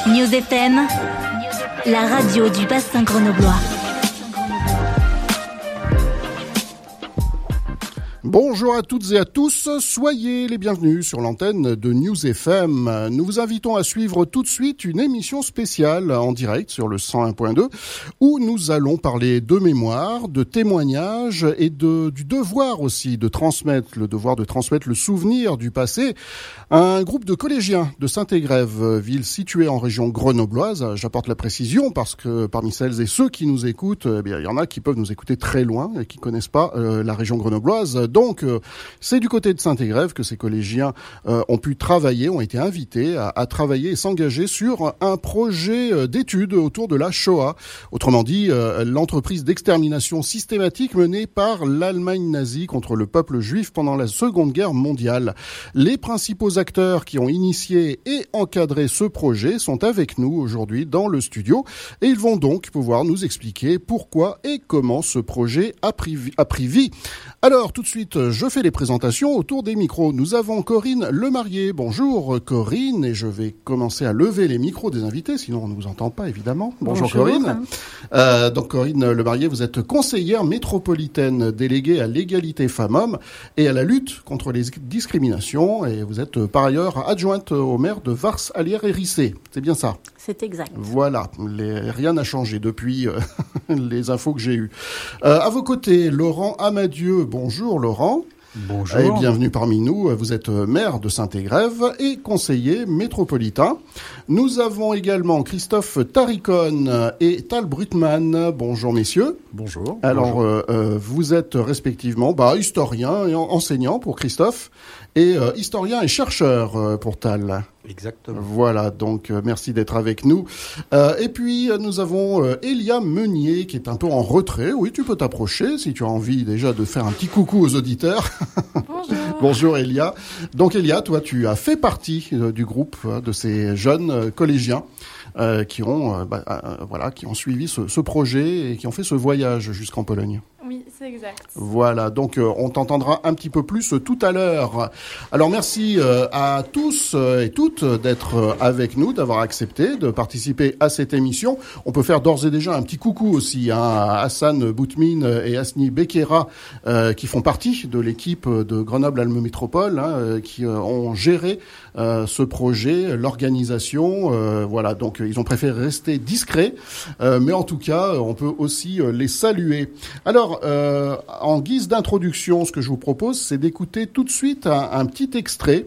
News FM, la radio du bassin grenoblois. Bonjour à toutes et à tous, soyez les bienvenus sur l'antenne de News FM. Nous vous invitons à suivre tout de suite une émission spéciale en direct sur le 101.2 où nous allons parler de mémoire, de témoignages et du devoir aussi de transmettre, le souvenir du passé. Un groupe de collégiens de Saint-Égrève, ville située en région grenobloise, j'apporte la précision parce que parmi celles et ceux qui nous écoutent, il y en a qui peuvent nous écouter très loin et qui connaissent pas la région grenobloise. Donc, c'est du côté de Saint-Égrève que ces collégiens ont été invités à travailler et s'engager sur un projet d'études autour de la Shoah. Autrement dit, l'entreprise d'extermination systématique menée par l'Allemagne nazie contre le peuple juif pendant la Seconde Guerre mondiale. Les principaux acteurs qui ont initié et encadré ce projet sont avec nous aujourd'hui dans le studio et ils vont donc pouvoir nous expliquer pourquoi et comment ce projet a pris vie. Alors, tout de suite, je fais les présentations autour des micros. Nous avons Corinne Lemarié. Bonjour Corinne, et je vais commencer à lever les micros des invités, sinon on ne vous entend pas évidemment. Bonjour Corinne. Donc Corinne Lemarié, vous êtes conseillère métropolitaine déléguée à l'égalité femmes-hommes et à la lutte contre les discriminations, et vous êtes par ailleurs adjointe au maire de Vars-Allières-et-Rissé. C'est bien ça? C'est exact. Voilà, rien n'a changé depuis les infos que j'ai eues. À vos côtés, Laurent Amadieu. Bonjour Laurent. Bonjour. Et bienvenue parmi nous. Vous êtes maire de Saint-Égrève et conseiller métropolitain. Nous avons également Christophe Taricone et Tal Brutman. Bonjour messieurs. Bonjour. Alors, vous êtes respectivement historien et enseignant pour Christophe et historien et chercheur pour Tal. Exactement. Voilà, donc merci d'être avec nous. Et puis nous avons Elia Meunier qui est un peu en retrait. Oui, tu peux t'approcher si tu as envie déjà de faire un petit coucou aux auditeurs. Bonjour. Bonjour Elia. Donc Elia, toi tu as fait partie du groupe de ces jeunes collégiens qui ont suivi ce projet et qui ont fait ce voyage jusqu'en Pologne. Oui, c'est exact. Voilà, donc on t'entendra un petit peu plus tout à l'heure. Alors merci à tous et toutes d'être avec nous, d'avoir accepté de participer à cette émission. On peut faire d'ores et déjà un petit coucou aussi à Hassan Boutmine et Asni Bekera qui font partie de l'équipe de Grenoble-Alpes Métropole qui ont géré ce projet, l'organisation. Voilà, donc ils ont préféré rester discrets, mais en tout cas, on peut aussi les saluer. Alors, en guise d'introduction, ce que je vous propose, c'est d'écouter tout de suite un petit extrait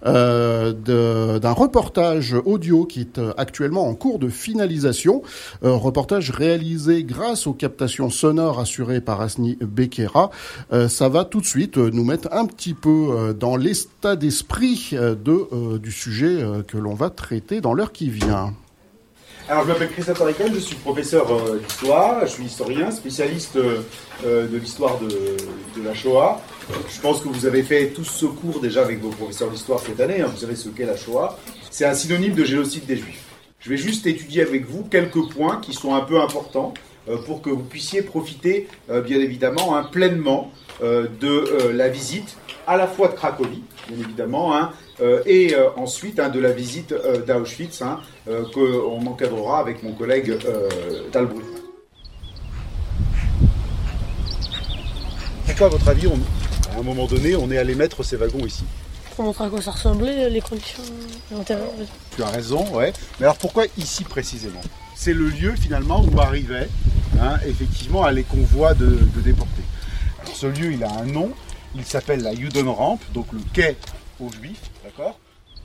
d'un reportage audio qui est actuellement en cours de finalisation. Reportage réalisé grâce aux captations sonores assurées par Asni Bekera. Ça va tout de suite nous mettre un petit peu dans l'état d'esprit du sujet que l'on va traiter dans l'heure qui vient. Alors, je m'appelle Christophe Taricone, je suis professeur d'histoire, je suis historien, spécialiste de l'histoire de la Shoah. Je pense que vous avez fait tous ce cours déjà avec vos professeurs d'histoire cette année, vous savez ce qu'est la Shoah. C'est un synonyme de génocide des Juifs. Je vais juste étudier avec vous quelques points qui sont un peu importants pour que vous puissiez profiter, bien évidemment, pleinement de la visite à la fois de Cracovie, bien évidemment, et ensuite de la visite d'Auschwitz, qu'on encadrera avec mon collègue Tal Brutman. Pourquoi, à votre avis, à un moment donné, on est allé mettre ces wagons ici? Pour montrer à quoi ça ressemblait, les conditions intérieures. Tu as raison, ouais. Mais alors pourquoi ici précisément? C'est le lieu finalement où arrivaient effectivement les convois de déportés. Alors, ce lieu, il a un nom, il s'appelle la Judenrampe, donc le quai aux Juifs, d'accord?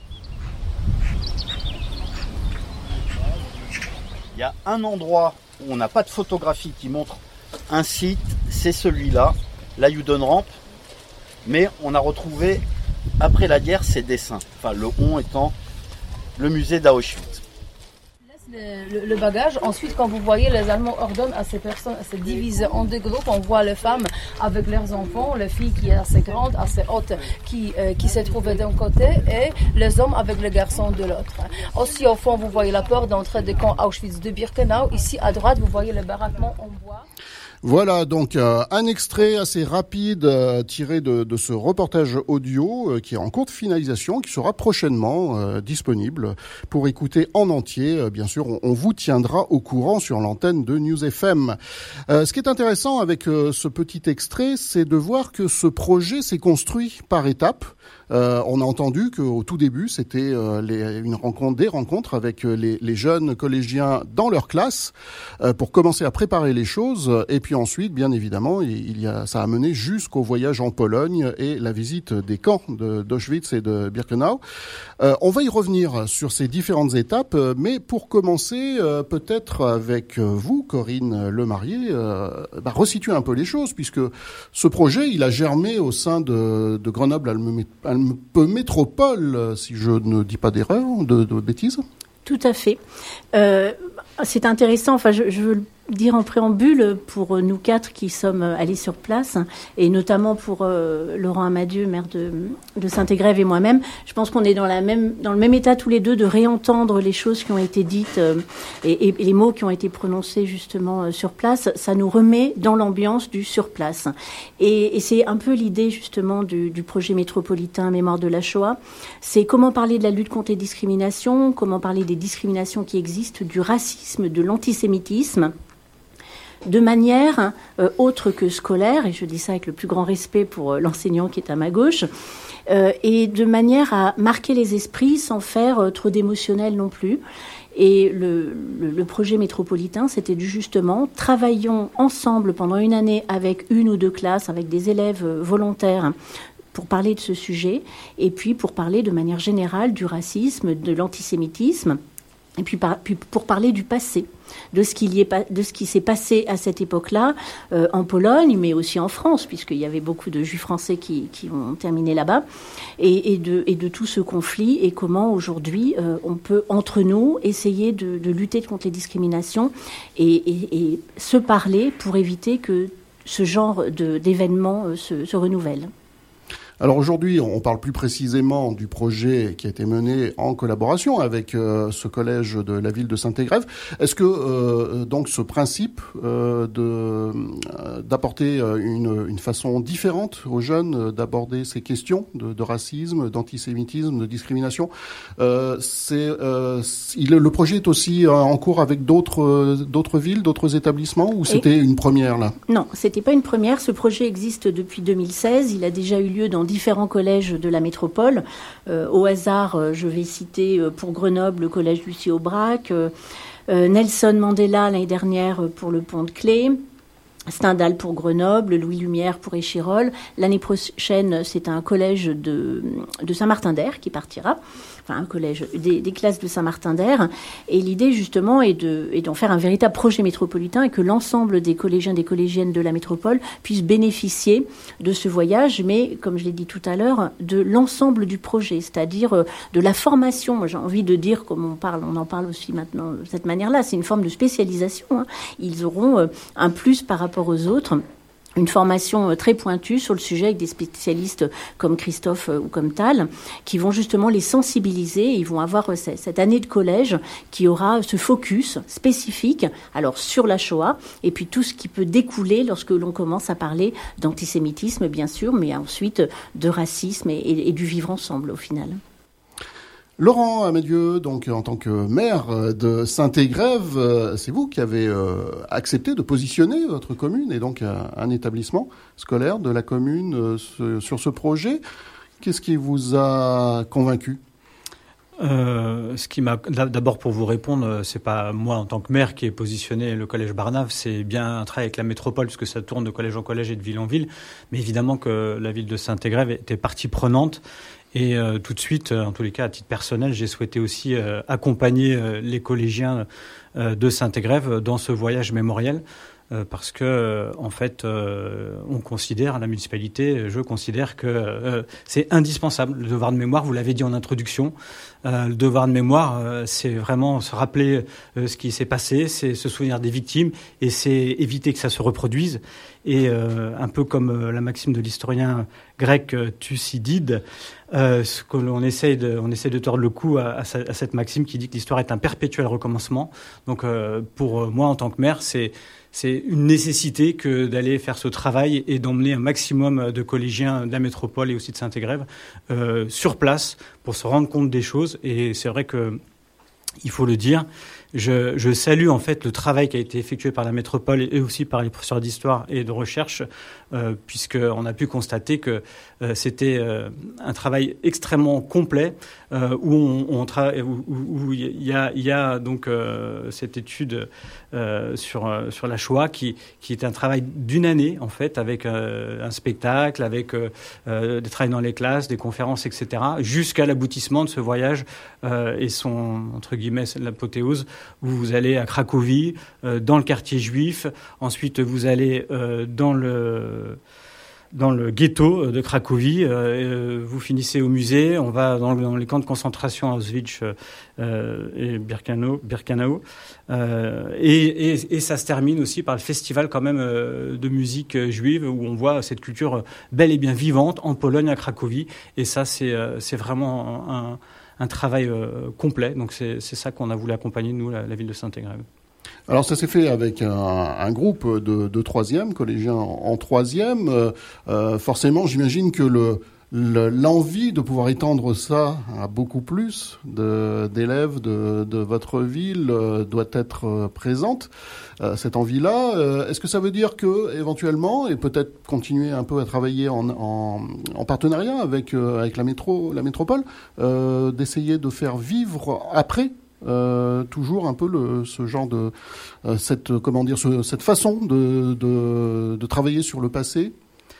Il y a un endroit où on n'a pas de photographie qui montre un site, c'est celui-là, la Judenrampe, mais on a retrouvé après la guerre ces dessins, enfin le on étant le musée d'Auschwitz. Le bagage. Ensuite, quand vous voyez, les Allemands ordonnent à ces personnes à se diviser en deux groupes. On voit les femmes avec leurs enfants, les filles qui est assez grande, assez haute, qui se trouvent d'un côté, et les hommes avec les garçons de l'autre. Aussi, au fond, vous voyez la porte d'entrée du camp Auschwitz de Birkenau. Ici, à droite, vous voyez le baraquement en bois. Voilà donc un extrait assez rapide tiré de ce reportage audio qui est en cours de finalisation, qui sera prochainement disponible pour écouter en entier. Bien sûr, on vous tiendra au courant sur l'antenne de News FM. Ce qui est intéressant avec ce petit extrait, c'est de voir que ce projet s'est construit par étapes. On a entendu qu'au tout début, c'était des rencontres avec les jeunes collégiens dans leur classe pour commencer à préparer les choses. Et puis ensuite, bien évidemment, ça a mené jusqu'au voyage en Pologne et la visite des camps d'Auschwitz et de Birkenau. On va y revenir sur ces différentes étapes, mais pour commencer, peut-être avec vous, Corinne Lemarié, resituer un peu les choses, puisque ce projet, il a germé au sein de Grenoble Métropole, si je ne dis pas d'erreur, de bêtises. Tout à fait. C'est intéressant, je veux le dire en préambule pour nous 4 qui sommes allés sur place, et notamment pour Laurent Amadieu, maire de Saint-Égrève, et moi-même. Je pense qu'on est dans le même état tous les deux de réentendre les choses qui ont été dites et les mots qui ont été prononcés justement sur place. Ça nous remet dans l'ambiance du sur place. Et c'est un peu l'idée justement du projet métropolitain Mémoire de la Shoah. C'est comment parler de la lutte contre les discriminations, comment parler des discriminations qui existent, du racisme, de l'antisémitisme, de manière autre que scolaire, et je dis ça avec le plus grand respect pour l'enseignant qui est à ma gauche, et de manière à marquer les esprits sans faire trop d'émotionnel non plus. Et le projet métropolitain, c'était justement, travaillons ensemble pendant une année avec une ou deux classes, avec des élèves volontaires, pour parler de ce sujet, et puis pour parler de manière générale du racisme, de l'antisémitisme, et puis pour parler du passé, de ce qui s'est passé à cette époque-là en Pologne, mais aussi en France, puisqu'il y avait beaucoup de Juifs français qui ont terminé là-bas, et de tout ce conflit, et comment aujourd'hui on peut entre nous essayer de lutter contre les discriminations et se parler pour éviter que ce genre d'événements se renouvelle. Alors aujourd'hui, on parle plus précisément du projet qui a été mené en collaboration avec ce collège de la ville de Saint-Égrève. Est-ce que donc ce principe d'apporter une façon différente aux jeunes d'aborder ces questions de racisme, d'antisémitisme, de discrimination, le projet est aussi en cours avec d'autres villes, d'autres établissements, ou c'était une première là? Non, c'était pas une première. Ce projet existe depuis 2016. Il a déjà eu lieu dans différents collèges de la métropole. Au hasard, je vais citer pour Grenoble le collège Lucie Aubrac, Nelson Mandela l'année dernière pour le Pont de Clé, Stendhal pour Grenoble, Louis Lumière pour Échirolles. L'année prochaine, c'est un collège de Saint-Martin-d'Air qui partira, enfin un collège, des classes de Saint-Martin-d'Air. Et l'idée justement est d'en faire un véritable projet métropolitain et que l'ensemble des collégiens, des collégiennes de la métropole puissent bénéficier de ce voyage, mais comme je l'ai dit tout à l'heure, de l'ensemble du projet, c'est-à-dire de la formation. Moi, j'ai envie de dire, comme on en parle aussi maintenant de cette manière-là, c'est une forme de spécialisation. Ils auront un plus par rapport aux autres, une formation très pointue sur le sujet avec des spécialistes comme Christophe ou comme Tal, qui vont justement les sensibiliser. Ils vont avoir cette année de collège qui aura ce focus spécifique, alors sur la Shoah, et puis tout ce qui peut découler lorsque l'on commence à parler d'antisémitisme, bien sûr, mais ensuite de racisme et du vivre ensemble au final. Laurent Amadieu, donc en tant que maire de Saint-Égrève, c'est vous qui avez accepté de positionner votre commune et donc un établissement scolaire de la commune sur ce projet. Qu'est-ce qui vous a convaincu ? Ce qui m'a d'abord, pour vous répondre, c'est pas moi en tant que maire qui ai positionné le collège Barnave, c'est bien un travail avec la métropole parce que ça tourne de collège en collège et de ville en ville, mais évidemment que la ville de Saint-Égrève était partie prenante. Et tout de suite, en tous les cas, à titre personnel, j'ai souhaité aussi accompagner les collégiens de Saint-Égrève dans ce voyage mémoriel. Parce que, en fait, on considère, la municipalité, je considère que c'est indispensable. Le devoir de mémoire, vous l'avez dit en introduction, Le devoir de mémoire, c'est vraiment se rappeler ce qui s'est passé, c'est se souvenir des victimes et c'est éviter que ça se reproduise. Et un peu comme la maxime de l'historien grec Thucydide, ce que l'on essaie de tordre le cou à cette maxime qui dit que l'histoire est un perpétuel recommencement. Donc pour moi en tant que maire, c'est une nécessité que d'aller faire ce travail et d'emmener un maximum de collégiens de la métropole et aussi de Saint-Égrève sur place pour se rendre compte des choses. Et c'est vrai que il faut le dire, je salue en fait le travail qui a été effectué par la métropole et aussi par les professeurs d'histoire et de recherche, puisqu'on a pu constater que c'était un travail extrêmement complet où il y a donc cette étude sur la Shoah qui est un travail d'une année en fait, avec un spectacle, avec des travails dans les classes, des conférences, etc., jusqu'à l'aboutissement de ce voyage et son entre guillemets l'apothéose, où vous allez à Cracovie, dans le quartier juif, ensuite vous allez dans le ghetto de Cracovie, vous finissez au musée, on va dans les camps de concentration à Auschwitz et Birkenau, et ça se termine aussi par le festival quand même de musique juive, où on voit cette culture bel et bien vivante en Pologne, à Cracovie, et ça c'est vraiment un travail complet. Donc c'est ça qu'on a voulu accompagner, nous, la ville de Saint-Égrève. Alors ça s'est fait avec un groupe de troisième, collégiens en troisième. Forcément, j'imagine que l'envie de pouvoir étendre ça à beaucoup plus d'élèves de votre ville doit être présente. Cette envie-là, est-ce que ça veut dire que éventuellement, et peut-être continuer un peu à travailler en partenariat avec la métropole, d'essayer de faire vivre après toujours un peu ce genre de cette façon de travailler sur le passé?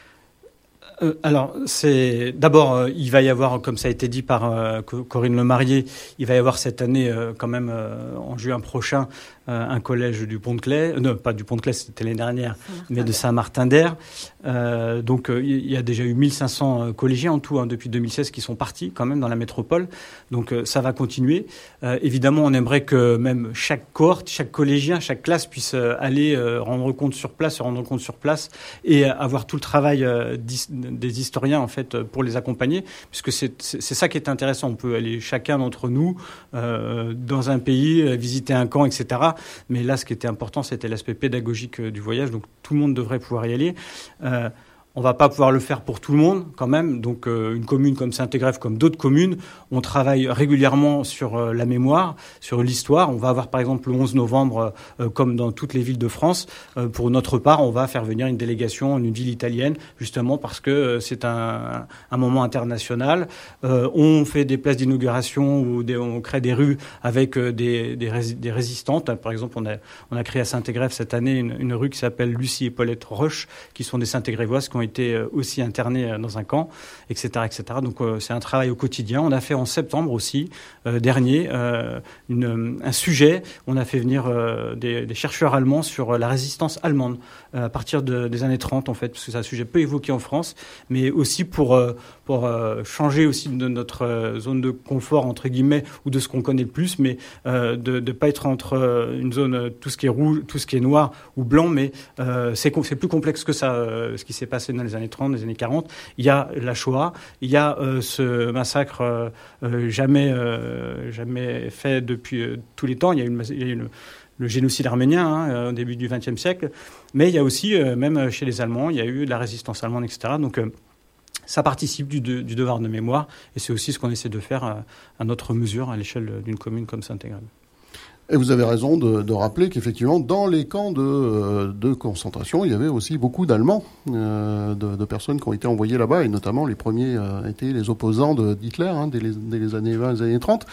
Alors, d'abord, il va y avoir, comme ça a été dit par Corinne Lemarié, il va y avoir cette année, quand même, en juin prochain, un collège du Pont-de-Claix, non, pas du Pont-de-Claix, c'était l'année dernière, mais de Saint-Martin-d'Air. Donc, il y a déjà eu 1500 collégiens en tout, depuis 2016, qui sont partis quand même dans la métropole. Donc, ça va continuer. Évidemment, on aimerait que même chaque cohorte, chaque collégien, chaque classe puisse aller se rendre compte sur place et avoir tout le travail des historiens, en fait, pour les accompagner, puisque c'est ça qui est intéressant. On peut aller chacun d'entre nous dans un pays, visiter un camp, etc. Mais là, ce qui était important, c'était l'aspect pédagogique du voyage. Donc, tout le monde devrait pouvoir y aller. On va pas pouvoir le faire pour tout le monde, quand même. Donc, une commune comme Saint-Égrève, comme d'autres communes, on travaille régulièrement sur la mémoire, sur l'histoire. On va avoir, par exemple, le 11 novembre, comme dans toutes les villes de France, pour notre part, on va faire venir une délégation d'une ville italienne, justement parce que c'est un moment international. On fait des places d'inauguration ou on crée des rues avec des résistantes. Par exemple, on a créé à Saint-Égrève cette année une rue qui s'appelle Lucie et Paulette Roche, qui sont des Saint-Égrévoises qui ont été aussi internés dans un camp, etc., etc. Donc c'est un travail au quotidien. On a fait en septembre aussi, dernier, un sujet. On a fait venir des chercheurs allemands sur la résistance allemande à partir des années 30, en fait, parce que c'est un sujet peu évoqué en France, mais aussi pour changer aussi de notre zone de confort, entre guillemets, ou de ce qu'on connaît le plus, mais de ne pas être entre une zone, tout ce qui est rouge, tout ce qui est noir ou blanc, mais c'est plus complexe que ça, ce qui s'est passé dans les années 30, les années 40. Il y a la Shoah, il y a ce massacre jamais fait depuis tous les temps. Il y a eu le génocide arménien au début du XXe siècle, mais il y a aussi, même chez les Allemands, il y a eu de la résistance allemande, etc. Donc ça participe du devoir de mémoire, et c'est aussi ce qu'on essaie de faire à notre mesure, à l'échelle d'une commune comme Saint-Égrève. Et vous avez raison de rappeler qu'effectivement, dans les camps de concentration, il y avait aussi beaucoup d'Allemands, de personnes qui ont été envoyées là-bas, et notamment les premiers étaient les opposants d'Hitler, dès les années 20, les années 30.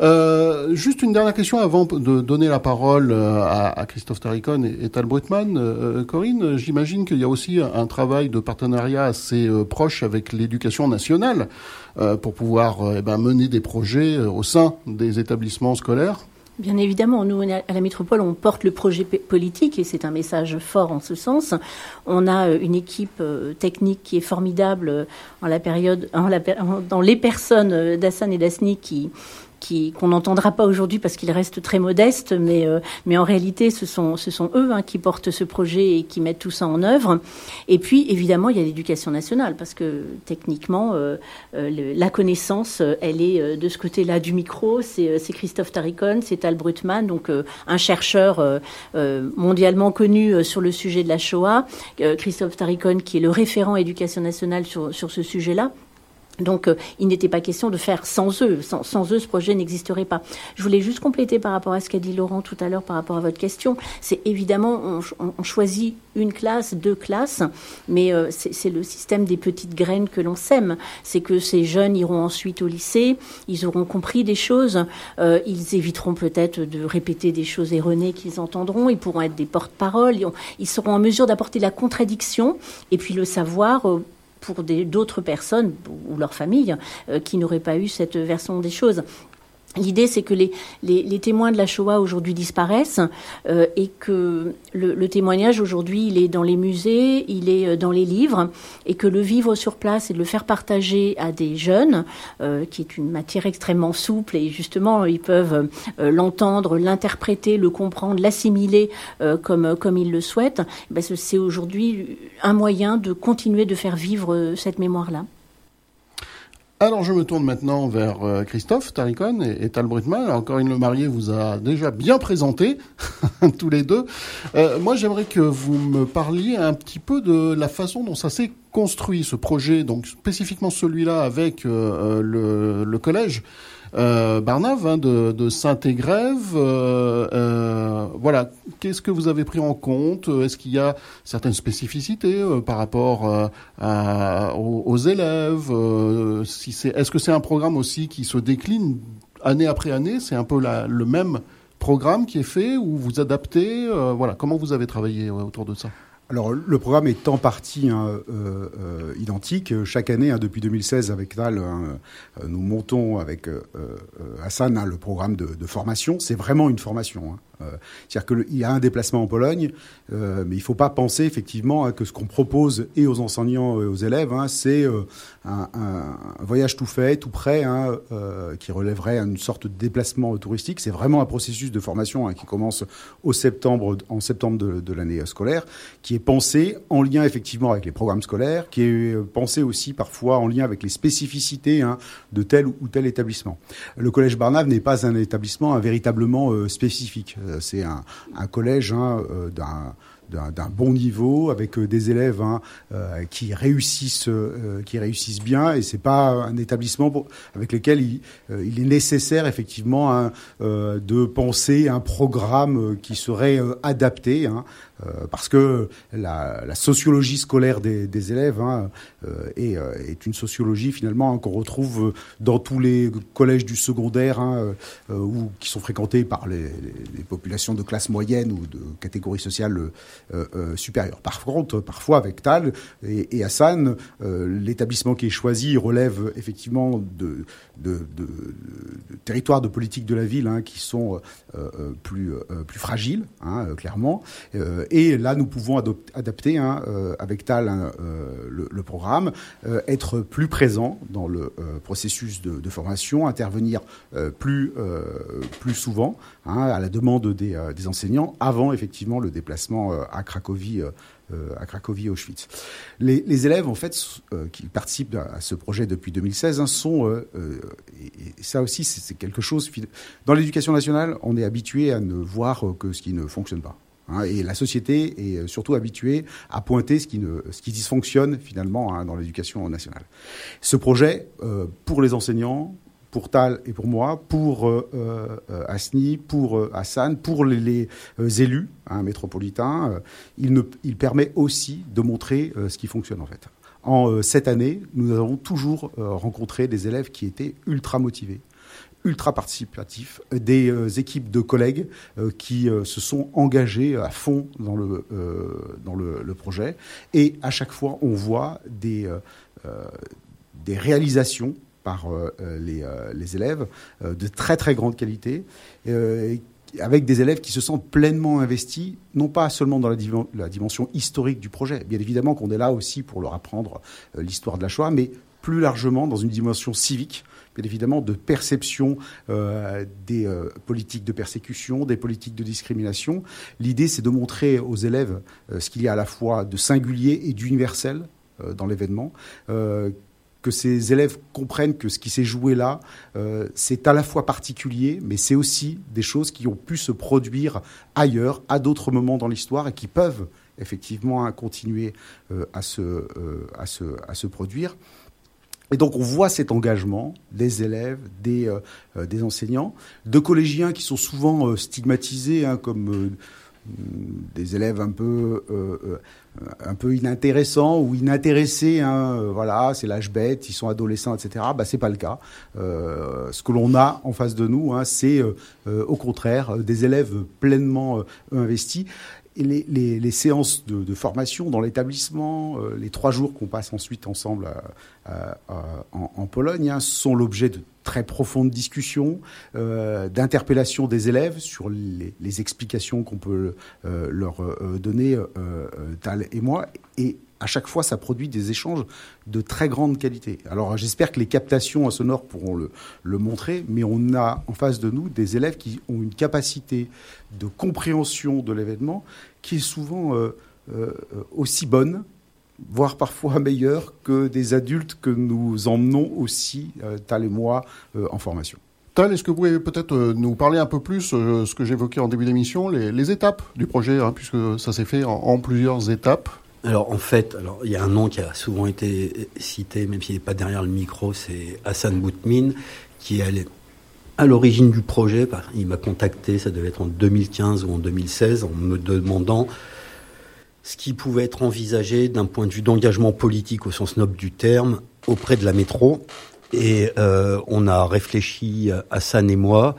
Juste une dernière question avant de donner la parole à Christophe Tarikon et Tal Brutman. Corinne, j'imagine qu'il y a aussi un travail de partenariat assez proche avec l'éducation nationale pour pouvoir mener des projets au sein des établissements scolaires. Bien évidemment, nous, à la métropole, on porte le projet politique et c'est un message fort en ce sens. On a une équipe technique qui est formidable dans les personnes d'Hassan et d'Asni qui qu'on n'entendra pas aujourd'hui parce qu'il reste très modeste, mais en réalité, ce sont eux qui portent ce projet et qui mettent tout ça en œuvre. Et puis, évidemment, il y a l'éducation nationale, parce que techniquement, la connaissance, elle est de ce côté-là du micro. C'est Christophe Tarikon, c'est Tal Brutman, donc un chercheur mondialement connu sur le sujet de la Shoah. Christophe Tarikon, qui est le référent éducation nationale sur ce sujet-là. Donc, il n'était pas question de faire sans eux. Sans eux, ce projet n'existerait pas. Je voulais juste compléter par rapport à ce qu'a dit Laurent tout à l'heure par rapport à votre question. C'est évidemment, on choisit une classe, 2 classes, mais c'est le système des petites graines que l'on sème. C'est que ces jeunes iront ensuite au lycée, ils auront compris des choses, ils éviteront peut-être de répéter des choses erronées qu'ils entendront, ils pourront être des porte-paroles, ils seront en mesure d'apporter la contradiction et puis le savoir pour d'autres personnes ou leurs familles qui n'auraient pas eu cette version des choses. L'idée, c'est que les témoins de la Shoah aujourd'hui disparaissent et que le témoignage aujourd'hui, il est dans les musées, il est dans les livres, et que le vivre sur place et de le faire partager à des jeunes, qui est une matière extrêmement souple, et justement, ils peuvent l'entendre, l'interpréter, le comprendre, l'assimiler comme ils le souhaitent. Ben, c'est aujourd'hui un moyen de continuer de faire vivre cette mémoire-là. Alors, je me tourne maintenant vers Christophe Tarikon et Tal Brutman. Alors, Corinne Lemarié vous a déjà bien présenté, tous les deux. Moi, j'aimerais que vous me parliez un petit peu de la façon dont ça s'est construit, ce projet, donc spécifiquement celui-là avec le collège Barnave de Saint-Égrève. Voilà, qu'est-ce que vous avez pris en compte? Est-ce qu'il y a certaines spécificités par rapport aux élèves? Est-ce que c'est un programme aussi qui se décline année après année? C'est un peu le même programme qui est fait ou vous adaptez? Voilà, comment vous avez travaillé autour de ça? Alors, le programme est en partie identique. Chaque année, depuis 2016, avec Tal, nous montons avec Hassan le programme de formation. C'est vraiment une formation. C'est-à-dire qu'il y a un déplacement en Pologne, mais il ne faut pas penser effectivement que ce qu'on propose et aux enseignants et aux élèves, c'est un voyage tout fait, tout prêt, qui relèverait une sorte de déplacement touristique. C'est vraiment un processus de formation qui commence en septembre de l'année scolaire, qui est pensé en lien effectivement avec les programmes scolaires, qui est pensé aussi parfois en lien avec les spécificités de tel ou tel établissement. Le collège Barnave n'est pas un établissement véritablement spécifique. C'est un collège d'un bon niveau, avec des élèves qui réussissent bien, et c'est pas un établissement avec lequel il est nécessaire effectivement de penser un programme qui serait adapté. Parce que la sociologie scolaire des élèves est une sociologie finalement qu'on retrouve dans tous les collèges du secondaire ou qui sont fréquentés par les populations de classe moyenne ou de catégorie sociale supérieure. Par contre, parfois avec Tal et Hassan, l'établissement qui est choisi relève effectivement de territoires de politique de la ville qui sont plus fragiles, clairement. Et là, nous pouvons adapter avec Tal le programme, être plus présent dans le processus de formation, intervenir plus souvent à la demande des enseignants avant effectivement le déplacement à Cracovie. Auschwitz. Les élèves, en fait, qui participent à ce projet depuis 2016, sont, et ça aussi, c'est quelque chose. Dans l'éducation nationale, on est habitué à ne voir que ce qui ne fonctionne pas. Et la société est surtout habituée à pointer ce qui dysfonctionne finalement dans l'éducation nationale. Ce projet, pour les enseignants, pour Tal et pour moi, pour Asni, pour Hassan, pour les élus métropolitains, il permet aussi de montrer ce qui fonctionne en fait. Cette année, nous avons toujours rencontré des élèves qui étaient ultra motivés, ultra participatifs, des équipes de collègues qui se sont engagés à fond dans le projet. Et à chaque fois, on voit des réalisations par les élèves de très très grande qualité, avec des élèves qui se sentent pleinement investis, non pas seulement dans la dimension historique du projet. Bien évidemment qu'on est là aussi pour leur apprendre l'histoire de la Shoah, mais plus largement dans une dimension civique, bien évidemment, de perception des politiques de persécution, des politiques de discrimination. L'idée, c'est de montrer aux élèves ce qu'il y a à la fois de singulier et d'universel dans l'événement, que ces élèves comprennent que ce qui s'est joué là, c'est à la fois particulier, mais c'est aussi des choses qui ont pu se produire ailleurs, à d'autres moments dans l'histoire, et qui peuvent effectivement continuer à se produire. Et donc on voit cet engagement des élèves, des enseignants, de collégiens qui sont souvent stigmatisés comme des élèves un peu inintéressants ou inintéressés. Voilà, c'est l'âge bête, ils sont adolescents, etc. C'est pas le cas. Ce que l'on a en face de nous, c'est au contraire des élèves pleinement investis. Et les séances de formation dans l'établissement, les 3 jours qu'on passe ensuite ensemble en Pologne, sont l'objet de très profondes discussions, d'interpellations des élèves sur les explications qu'on peut leur donner, Tal et moi. Et à chaque fois, ça produit des échanges de très grande qualité. Alors, j'espère que les captations sonores pourront le montrer, mais on a en face de nous des élèves qui ont une capacité de compréhension de l'événement qui est souvent aussi bonne, voire parfois meilleure que des adultes que nous emmenons aussi, Tal et moi, en formation. Tal, est-ce que vous pouvez peut-être nous parler un peu plus, ce que j'évoquais en début d'émission, les étapes du projet, puisque ça s'est fait en plusieurs étapes? Alors en fait, il y a un nom qui a souvent été cité, même s'il n'est pas derrière le micro, c'est Hassan Boutmine, qui est à l'origine du projet. Il m'a contacté, ça devait être en 2015 ou en 2016, en me demandant ce qui pouvait être envisagé d'un point de vue d'engagement politique au sens noble du terme auprès de la métro. Et on a réfléchi, Hassan et moi.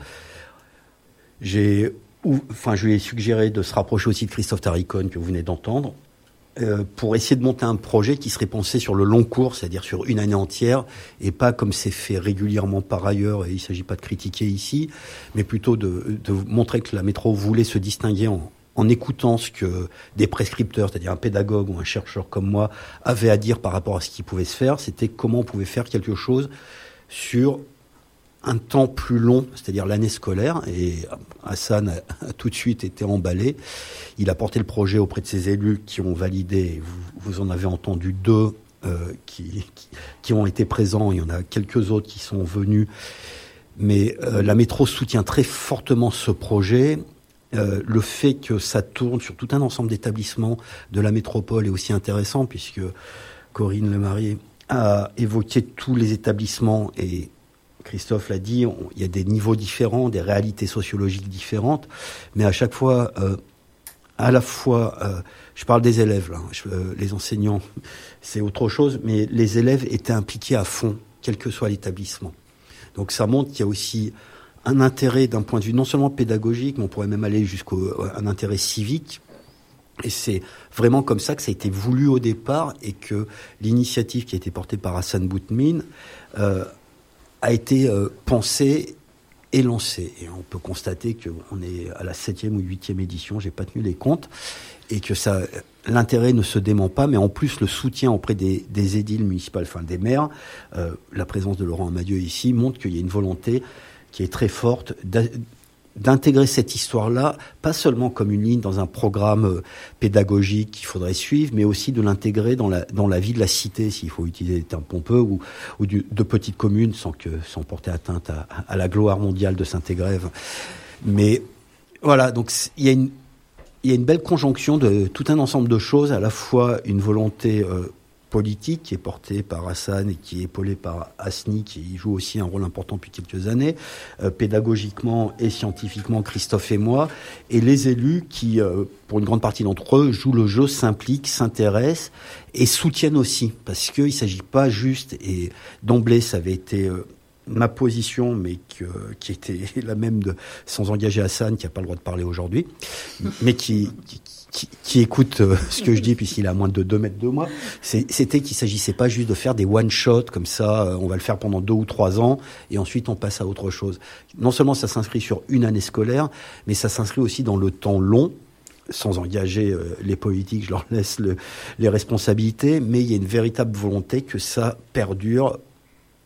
Je lui ai suggéré de se rapprocher aussi de Christophe Taricone, que vous venez d'entendre, pour essayer de monter un projet qui serait pensé sur le long cours, c'est-à-dire sur une année entière, et pas comme c'est fait régulièrement par ailleurs, et il ne s'agit pas de critiquer ici, mais plutôt de montrer que la métro voulait se distinguer en écoutant ce que des prescripteurs, c'est-à-dire un pédagogue ou un chercheur comme moi, avaient à dire par rapport à ce qui pouvait se faire. C'était comment on pouvait faire quelque chose sur un temps plus long, c'est-à-dire l'année scolaire. Et Hassan a tout de suite été emballé. Il a porté le projet auprès de ses élus qui ont validé. Vous en avez entendu 2 qui ont été présents. Il y en a quelques autres qui sont venus. Mais la métro soutient très fortement ce projet. Le fait que ça tourne sur tout un ensemble d'établissements de la métropole est aussi intéressant, puisque Corinne Lemarié a évoqué tous les établissements, et Christophe l'a dit, il y a des niveaux différents, des réalités sociologiques différentes, mais à chaque fois, je parle des élèves, là, les enseignants, c'est autre chose, mais les élèves étaient impliqués à fond, quel que soit l'établissement. Donc ça montre qu'il y a aussi un intérêt d'un point de vue non seulement pédagogique, mais on pourrait même aller jusqu'à un intérêt civique. Et c'est vraiment comme ça que ça a été voulu au départ, et que l'initiative qui a été portée par Hassan Boutmine a été pensée et lancée. Et on peut constater qu'on est à la 7e ou 8e édition, j'ai pas tenu les comptes, et que l'intérêt ne se dément pas, mais en plus le soutien auprès des édiles municipales, enfin des maires, la présence de Laurent Amadieu ici montre qu'il y a une volonté qui est très forte d'intégrer cette histoire-là, pas seulement comme une ligne dans un programme pédagogique qu'il faudrait suivre, mais aussi de l'intégrer dans la vie de la cité, s'il faut utiliser des termes pompeux, ou de petites communes, sans porter atteinte à la gloire mondiale de Saint-Égrève. Mais voilà, donc il y a une belle conjonction de tout un ensemble de choses, à la fois une volonté politique qui est portée par Hassan et qui est épaulée par Asni, qui joue aussi un rôle important depuis quelques années, pédagogiquement et scientifiquement, Christophe et moi, et les élus qui, pour une grande partie d'entre eux, jouent le jeu, s'impliquent, s'intéressent et soutiennent aussi, parce qu'il ne s'agit pas juste, et d'emblée ça avait été ma position, mais qui était la même sans engager Hassan, qui n'a pas le droit de parler aujourd'hui, mais qui écoute ce que je dis, puisqu'il est à moins de 2 mètres de moi, c'était qu'il s'agissait pas juste de faire des one-shots comme ça, on va le faire pendant 2 ou 3 ans, et ensuite on passe à autre chose. Non seulement ça s'inscrit sur une année scolaire, mais ça s'inscrit aussi dans le temps long, sans engager les politiques, je leur laisse les responsabilités, mais il y a une véritable volonté que ça perdure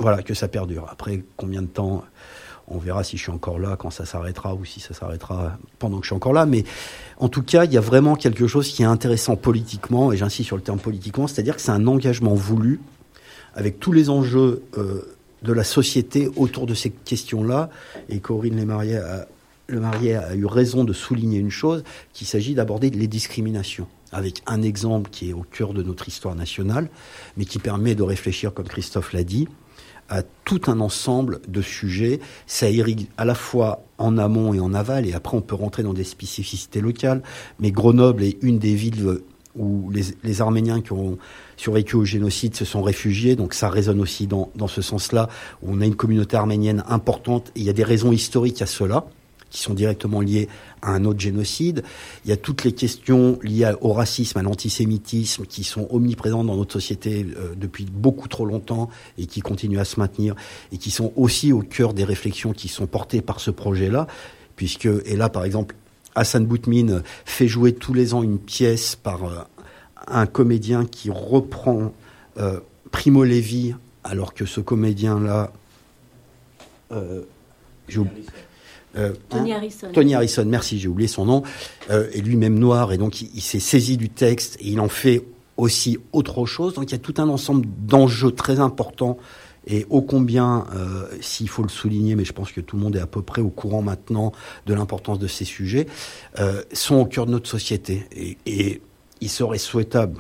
voilà, que ça perdure. Après, combien de temps, on verra si je suis encore là, quand ça s'arrêtera, ou si ça s'arrêtera pendant que je suis encore là. Mais en tout cas, il y a vraiment quelque chose qui est intéressant politiquement, et j'insiste sur le terme politiquement, c'est-à-dire que c'est un engagement voulu, avec tous les enjeux de la société autour de ces questions-là. Et Corinne Lemarié a eu raison de souligner une chose, qu'il s'agit d'aborder les discriminations, avec un exemple qui est au cœur de notre histoire nationale, mais qui permet de réfléchir, comme Christophe l'a dit, à tout un ensemble de sujets. Ça irrigue à la fois en amont et en aval, et après on peut rentrer dans des spécificités locales. Mais Grenoble est une des villes où les Arméniens qui ont survécu au génocide se sont réfugiés, donc ça résonne aussi dans ce sens-là, où on a une communauté arménienne importante, et il y a des raisons historiques à cela, qui sont directement liées à un autre génocide. Il y a toutes les questions liées au racisme, à l'antisémitisme, qui sont omniprésentes dans notre société depuis beaucoup trop longtemps et qui continuent à se maintenir, et qui sont aussi au cœur des réflexions qui sont portées par ce projet-là, puisque, et là par exemple, Hassan Boutmine fait jouer tous les ans une pièce par un comédien qui reprend Primo Levi, alors que ce comédien-là... Tony Harrison. Tony Harrison, merci, j'ai oublié son nom, est lui-même noir, et donc il s'est saisi du texte, et il en fait aussi autre chose. Donc il y a tout un ensemble d'enjeux très importants, et ô combien, s'il faut le souligner, mais je pense que tout le monde est à peu près au courant maintenant de l'importance de ces sujets, sont au cœur de notre société. Et il serait souhaitable...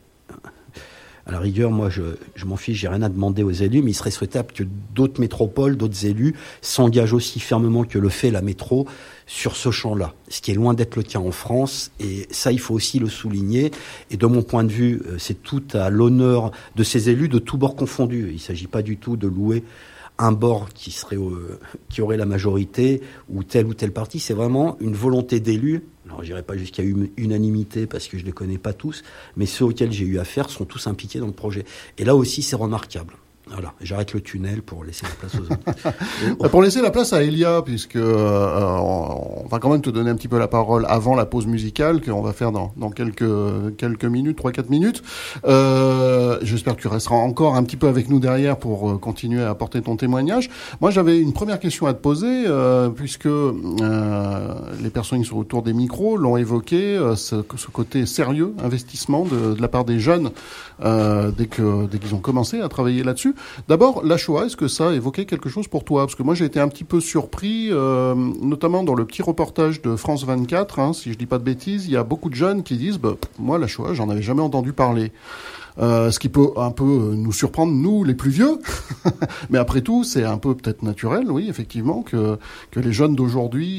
À la rigueur, moi, je m'en fiche, j'ai rien à demander aux élus, mais il serait souhaitable que d'autres métropoles, d'autres élus s'engagent aussi fermement que le fait la métro sur ce champ-là, ce qui est loin d'être le cas en France, et ça, il faut aussi le souligner. Et de mon point de vue, c'est tout à l'honneur de ces élus de tous bords confondus. Il ne s'agit pas du tout de louer un bord qui aurait la majorité ou tel parti. C'est vraiment une volonté d'élus. Alors, je n'irai pas jusqu'à unanimité parce que je ne les connais pas tous, mais ceux auxquels j'ai eu affaire sont tous impliqués dans le projet. Et là aussi, c'est remarquable. Voilà, j'arrête le tunnel pour laisser la place aux autres. Pour laisser la place à Elia, puisque on va quand même te donner un petit peu la parole avant la pause musicale qu'on va faire dans quelques minutes, 3-4 minutes. J'espère que tu resteras encore un petit peu avec nous derrière pour continuer à apporter ton témoignage. Moi, j'avais une première question à te poser, puisque les personnes qui sont autour des micros l'ont évoqué, ce côté sérieux, investissement de la part des jeunes dès qu'ils ont commencé à travailler là-dessus. D'abord, la Shoah, est-ce que ça a évoqué quelque chose pour toi? Parce que moi, j'ai été un petit peu surpris, notamment dans le petit reportage de France 24, si je dis pas de bêtises, il y a beaucoup de jeunes qui disent moi, la Shoah, j'en avais jamais entendu parler. Ce qui peut un peu nous surprendre, nous, les plus vieux. Mais après tout, c'est un peu peut-être naturel, oui, effectivement, que les jeunes d'aujourd'hui,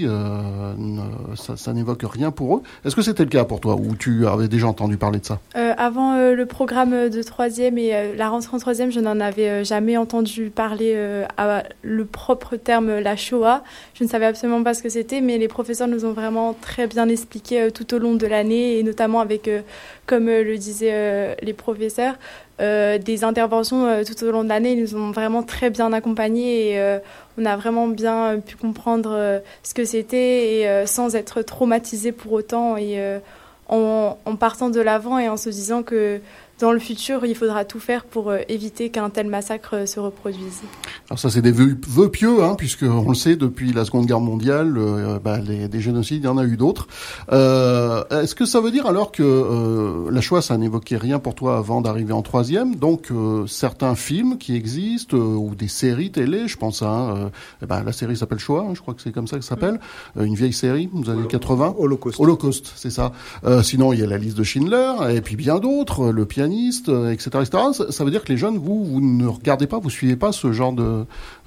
ça n'évoque rien pour eux. Est-ce que c'était le cas pour toi, ou tu avais déjà entendu parler de ça? Avant le programme de 3e et la rentrée en 3e, je n'en avais jamais entendu parler à le propre terme la Shoah. Je ne savais absolument pas ce que c'était, mais les professeurs nous ont vraiment très bien expliqué tout au long de l'année, et notamment avec, comme le disaient les professeurs, des interventions tout au long de l'année. Ils nous ont vraiment très bien accompagnés, et on a vraiment bien pu comprendre ce que c'était, et sans être traumatisés pour autant, et en partant de l'avant et en se disant que dans le futur, il faudra tout faire pour éviter qu'un tel massacre se reproduise. Alors ça, c'est des vœux pieux, puisque on le sait, depuis la Seconde Guerre mondiale, des génocides, il y en a eu d'autres. Est-ce que ça veut dire alors que la Shoah, ça n'évoquait rien pour toi avant d'arriver en 3e? Donc certains films qui existent, ou des séries télé, je pense à la série s'appelle Shoah, je crois que c'est comme ça que ça s'appelle, une vieille série des années 80. Holocauste, c'est ça. Sinon, il y a la liste de Schindler, et puis bien d'autres, le pianiste, etc., etc. Ça veut dire que les jeunes, vous ne regardez pas, vous suivez pas ce genre de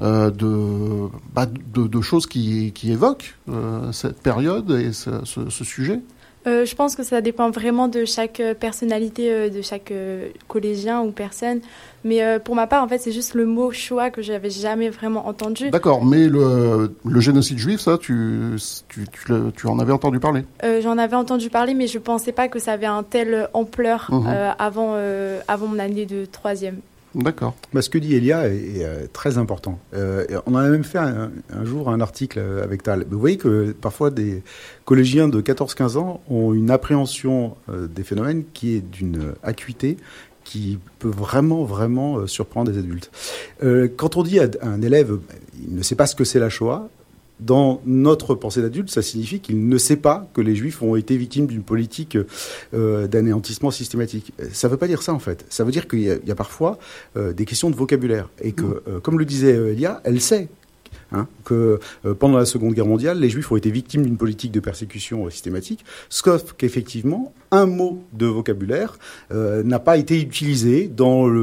choses qui évoquent cette période et ce sujet? Je pense que ça dépend vraiment de chaque personnalité, de chaque collégien ou personne. Mais pour ma part, en fait, c'est juste le mot Shoah que j'avais jamais vraiment entendu. D'accord, mais le génocide juif, ça, tu en avais entendu parler? J'en avais entendu parler, mais je pensais pas que ça avait un telle ampleur avant mon année de 3e. D'accord. Ce que dit Elia est très important. On en a même fait un jour un article avec Tal. Vous voyez que parfois des collégiens de 14-15 ans ont une appréhension des phénomènes qui est d'une acuité qui peut vraiment surprendre des adultes. Quand on dit à un élève, il ne sait pas ce que c'est la Shoah, dans notre pensée d'adulte, ça signifie qu'il ne sait pas que les Juifs ont été victimes d'une politique d'anéantissement systématique. Ça ne veut pas dire ça, en fait. Ça veut dire qu'il y a parfois des questions de vocabulaire. Et que, comme le disait Elia, elle sait que pendant la Seconde Guerre mondiale, les Juifs ont été victimes d'une politique de persécution systématique, sauf qu'effectivement, un mot de vocabulaire n'a pas été utilisé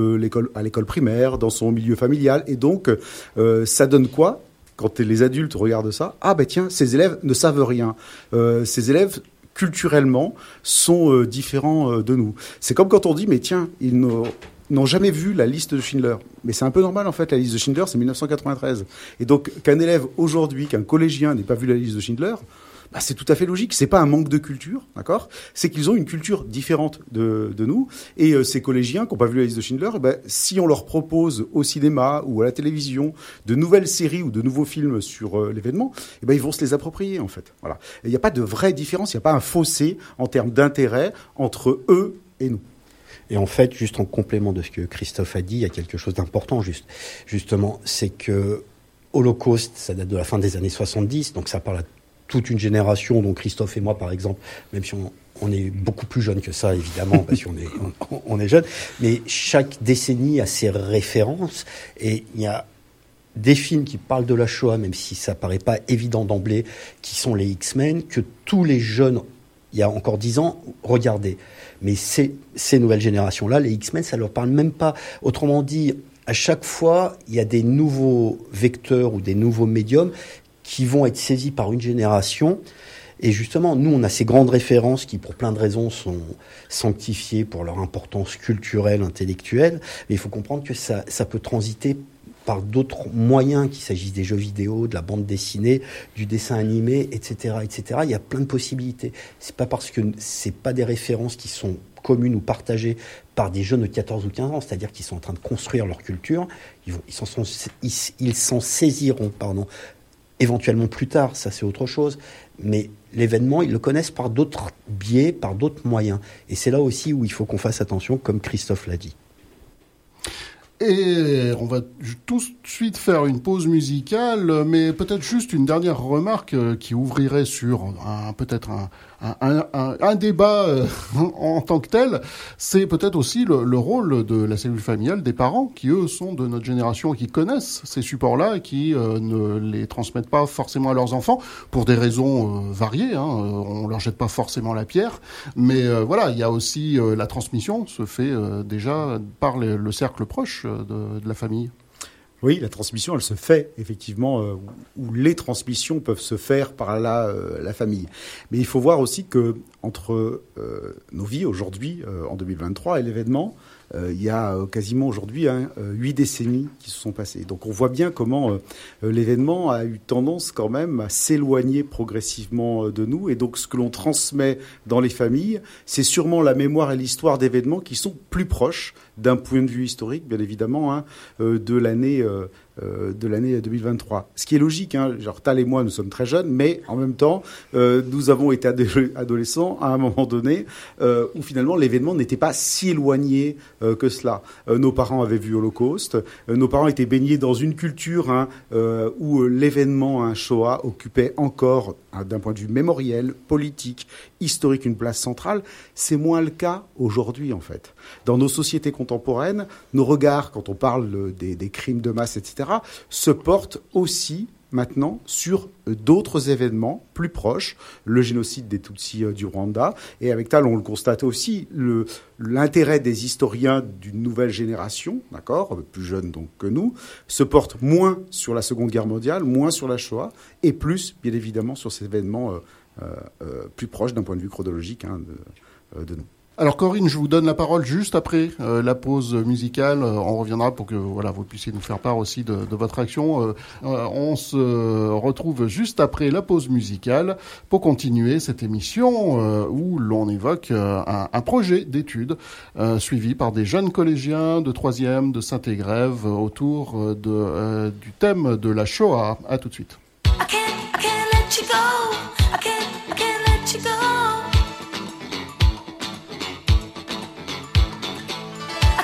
à l'école primaire, dans son milieu familial. Et donc, ça donne quoi ? Quand les adultes regardent ça, tiens, ces élèves ne savent rien. Ces élèves, culturellement, sont différents de nous. C'est comme quand on dit, mais tiens, ils n'ont jamais vu la liste de Schindler. Mais c'est un peu normal, en fait, la liste de Schindler, c'est 1993. Et donc, qu'un élève aujourd'hui, qu'un collégien n'ait pas vu la liste de Schindler, c'est tout à fait logique. C'est pas un manque de culture, d'accord ? C'est qu'ils ont une culture différente de nous. Et ces collégiens qui n'ont pas vu la liste de Schindler, si on leur propose au cinéma ou à la télévision de nouvelles séries ou de nouveaux films sur l'événement, ils vont se les approprier, en fait. Voilà. Il n'y a pas de vraie différence, il n'y a pas un fossé en termes d'intérêt entre eux et nous. Et en fait, juste en complément de ce que Christophe a dit, il y a quelque chose d'important, justement, c'est que Holocauste, ça date de la fin des années 70, donc ça parle à toute une génération, dont Christophe et moi, par exemple, même si on est beaucoup plus jeunes que ça, évidemment, parce qu'on est jeunes, mais chaque décennie a ses références, et il y a des films qui parlent de la Shoah, même si ça paraît pas évident d'emblée, qui sont les X-Men, que tous les jeunes, il y a encore 10 ans, regardaient. Mais ces nouvelles générations-là, les X-Men, ça leur parle même pas. Autrement dit, à chaque fois, il y a des nouveaux vecteurs ou des nouveaux médiums qui vont être saisis par une génération. Et justement, nous, on a ces grandes références qui, pour plein de raisons, sont sanctifiées pour leur importance culturelle, intellectuelle. Mais il faut comprendre que ça peut transiter par d'autres moyens, qu'il s'agisse des jeux vidéo, de la bande dessinée, du dessin animé, etc., etc. Il y a plein de possibilités. C'est pas parce que c'est pas des références qui sont communes ou partagées par des jeunes de 14 ou 15 ans, c'est-à-dire qu'ils sont en train de construire leur culture, ils s'en saisiront, éventuellement plus tard, ça c'est autre chose, mais l'événement, ils le connaissent par d'autres biais, par d'autres moyens. Et c'est là aussi où il faut qu'on fasse attention, comme Christophe l'a dit. Et on va tout de suite faire une pause musicale, mais peut-être juste une dernière remarque qui ouvrirait sur un débat en tant que tel. C'est peut-être aussi le rôle de la cellule familiale des parents qui, eux, sont de notre génération et qui connaissent ces supports-là et qui ne les transmettent pas forcément à leurs enfants pour des raisons variées. On leur jette pas forcément la pierre, mais voilà, il y a aussi la transmission se fait déjà par le cercle proche de la famille. Oui, la transmission, elle se fait effectivement, ou les transmissions peuvent se faire par la famille. Mais il faut voir aussi que entre nos vies aujourd'hui, en 2023, et l'événement, il y a quasiment aujourd'hui 8 décennies qui se sont passées. Donc on voit bien comment l'événement a eu tendance quand même à s'éloigner progressivement de nous. Et donc ce que l'on transmet dans les familles, c'est sûrement la mémoire et l'histoire d'événements qui sont plus proches d'un point de vue historique, bien évidemment, de l'année 2023. Ce qui est logique, genre Tal et moi, nous sommes très jeunes, mais en même temps, nous avons été adolescents à un moment donné où finalement l'événement n'était pas si éloigné que cela. Nos parents avaient vu Holocauste, nos parents étaient baignés dans une culture où l'événement Shoah occupait encore, d'un point de vue mémoriel, politique, historique, une place centrale. C'est moins le cas aujourd'hui, en fait. Dans nos sociétés contemporaines, nos regards, quand on parle des crimes de masse, etc., se portent aussi maintenant sur d'autres événements plus proches, le génocide des Tutsis du Rwanda. Et avec Tal, on le constate aussi, l'intérêt des historiens d'une nouvelle génération, d'accord, plus jeunes donc que nous, se porte moins sur la Seconde Guerre mondiale, moins sur la Shoah, et plus, bien évidemment, sur ces événements plus proches d'un point de vue chronologique de nous. Alors Corinne, je vous donne la parole juste après la pause musicale. On reviendra pour que vous puissiez nous faire part aussi de votre action. On se retrouve juste après la pause musicale pour continuer cette émission où l'on évoque un projet d'études suivi par des jeunes collégiens de 3e de Saint-Égrève autour du thème de la Shoah. À tout de suite. I can't let you go. I can't let you go.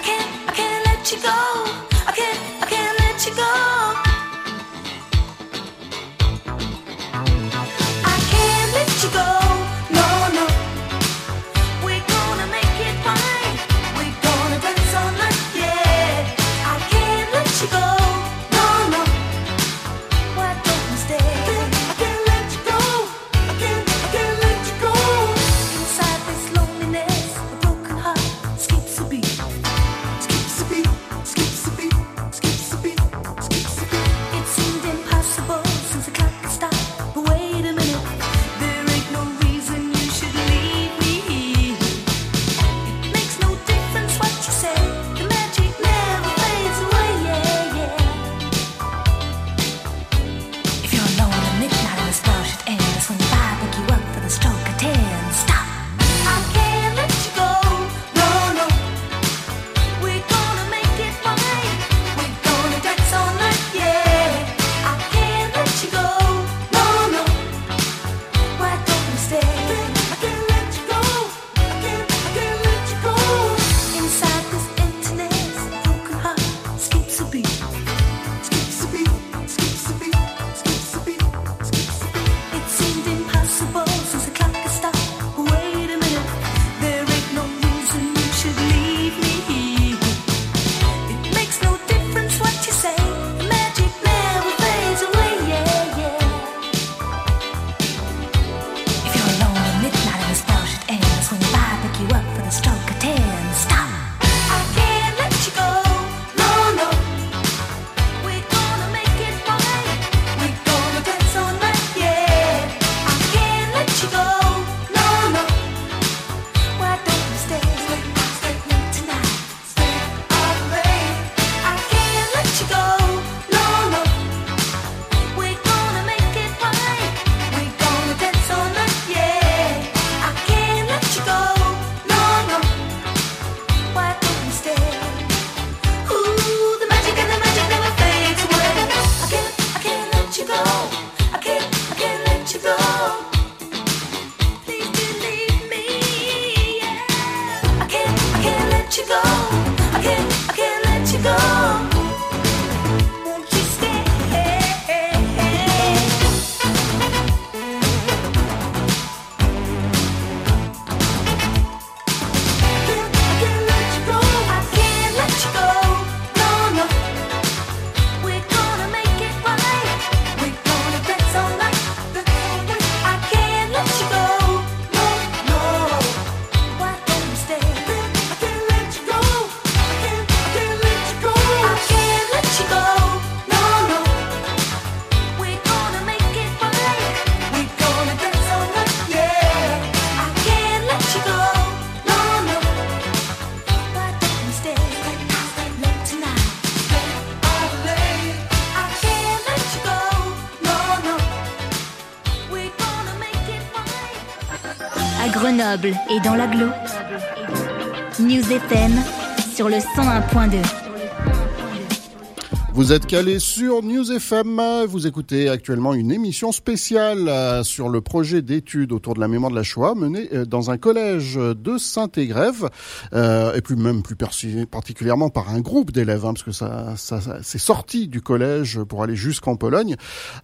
let you go. I can't let you go. Won't you stay? À Grenoble et dans l'agglo, News FM sur le 101.2. Vous êtes calés sur News FM, vous écoutez actuellement une émission spéciale sur le projet d'études autour de la mémoire de la Shoah mené dans un collège de Saint-Égrève, et plus particulièrement par un groupe d'élèves, parce que ça c'est sorti du collège pour aller jusqu'en Pologne.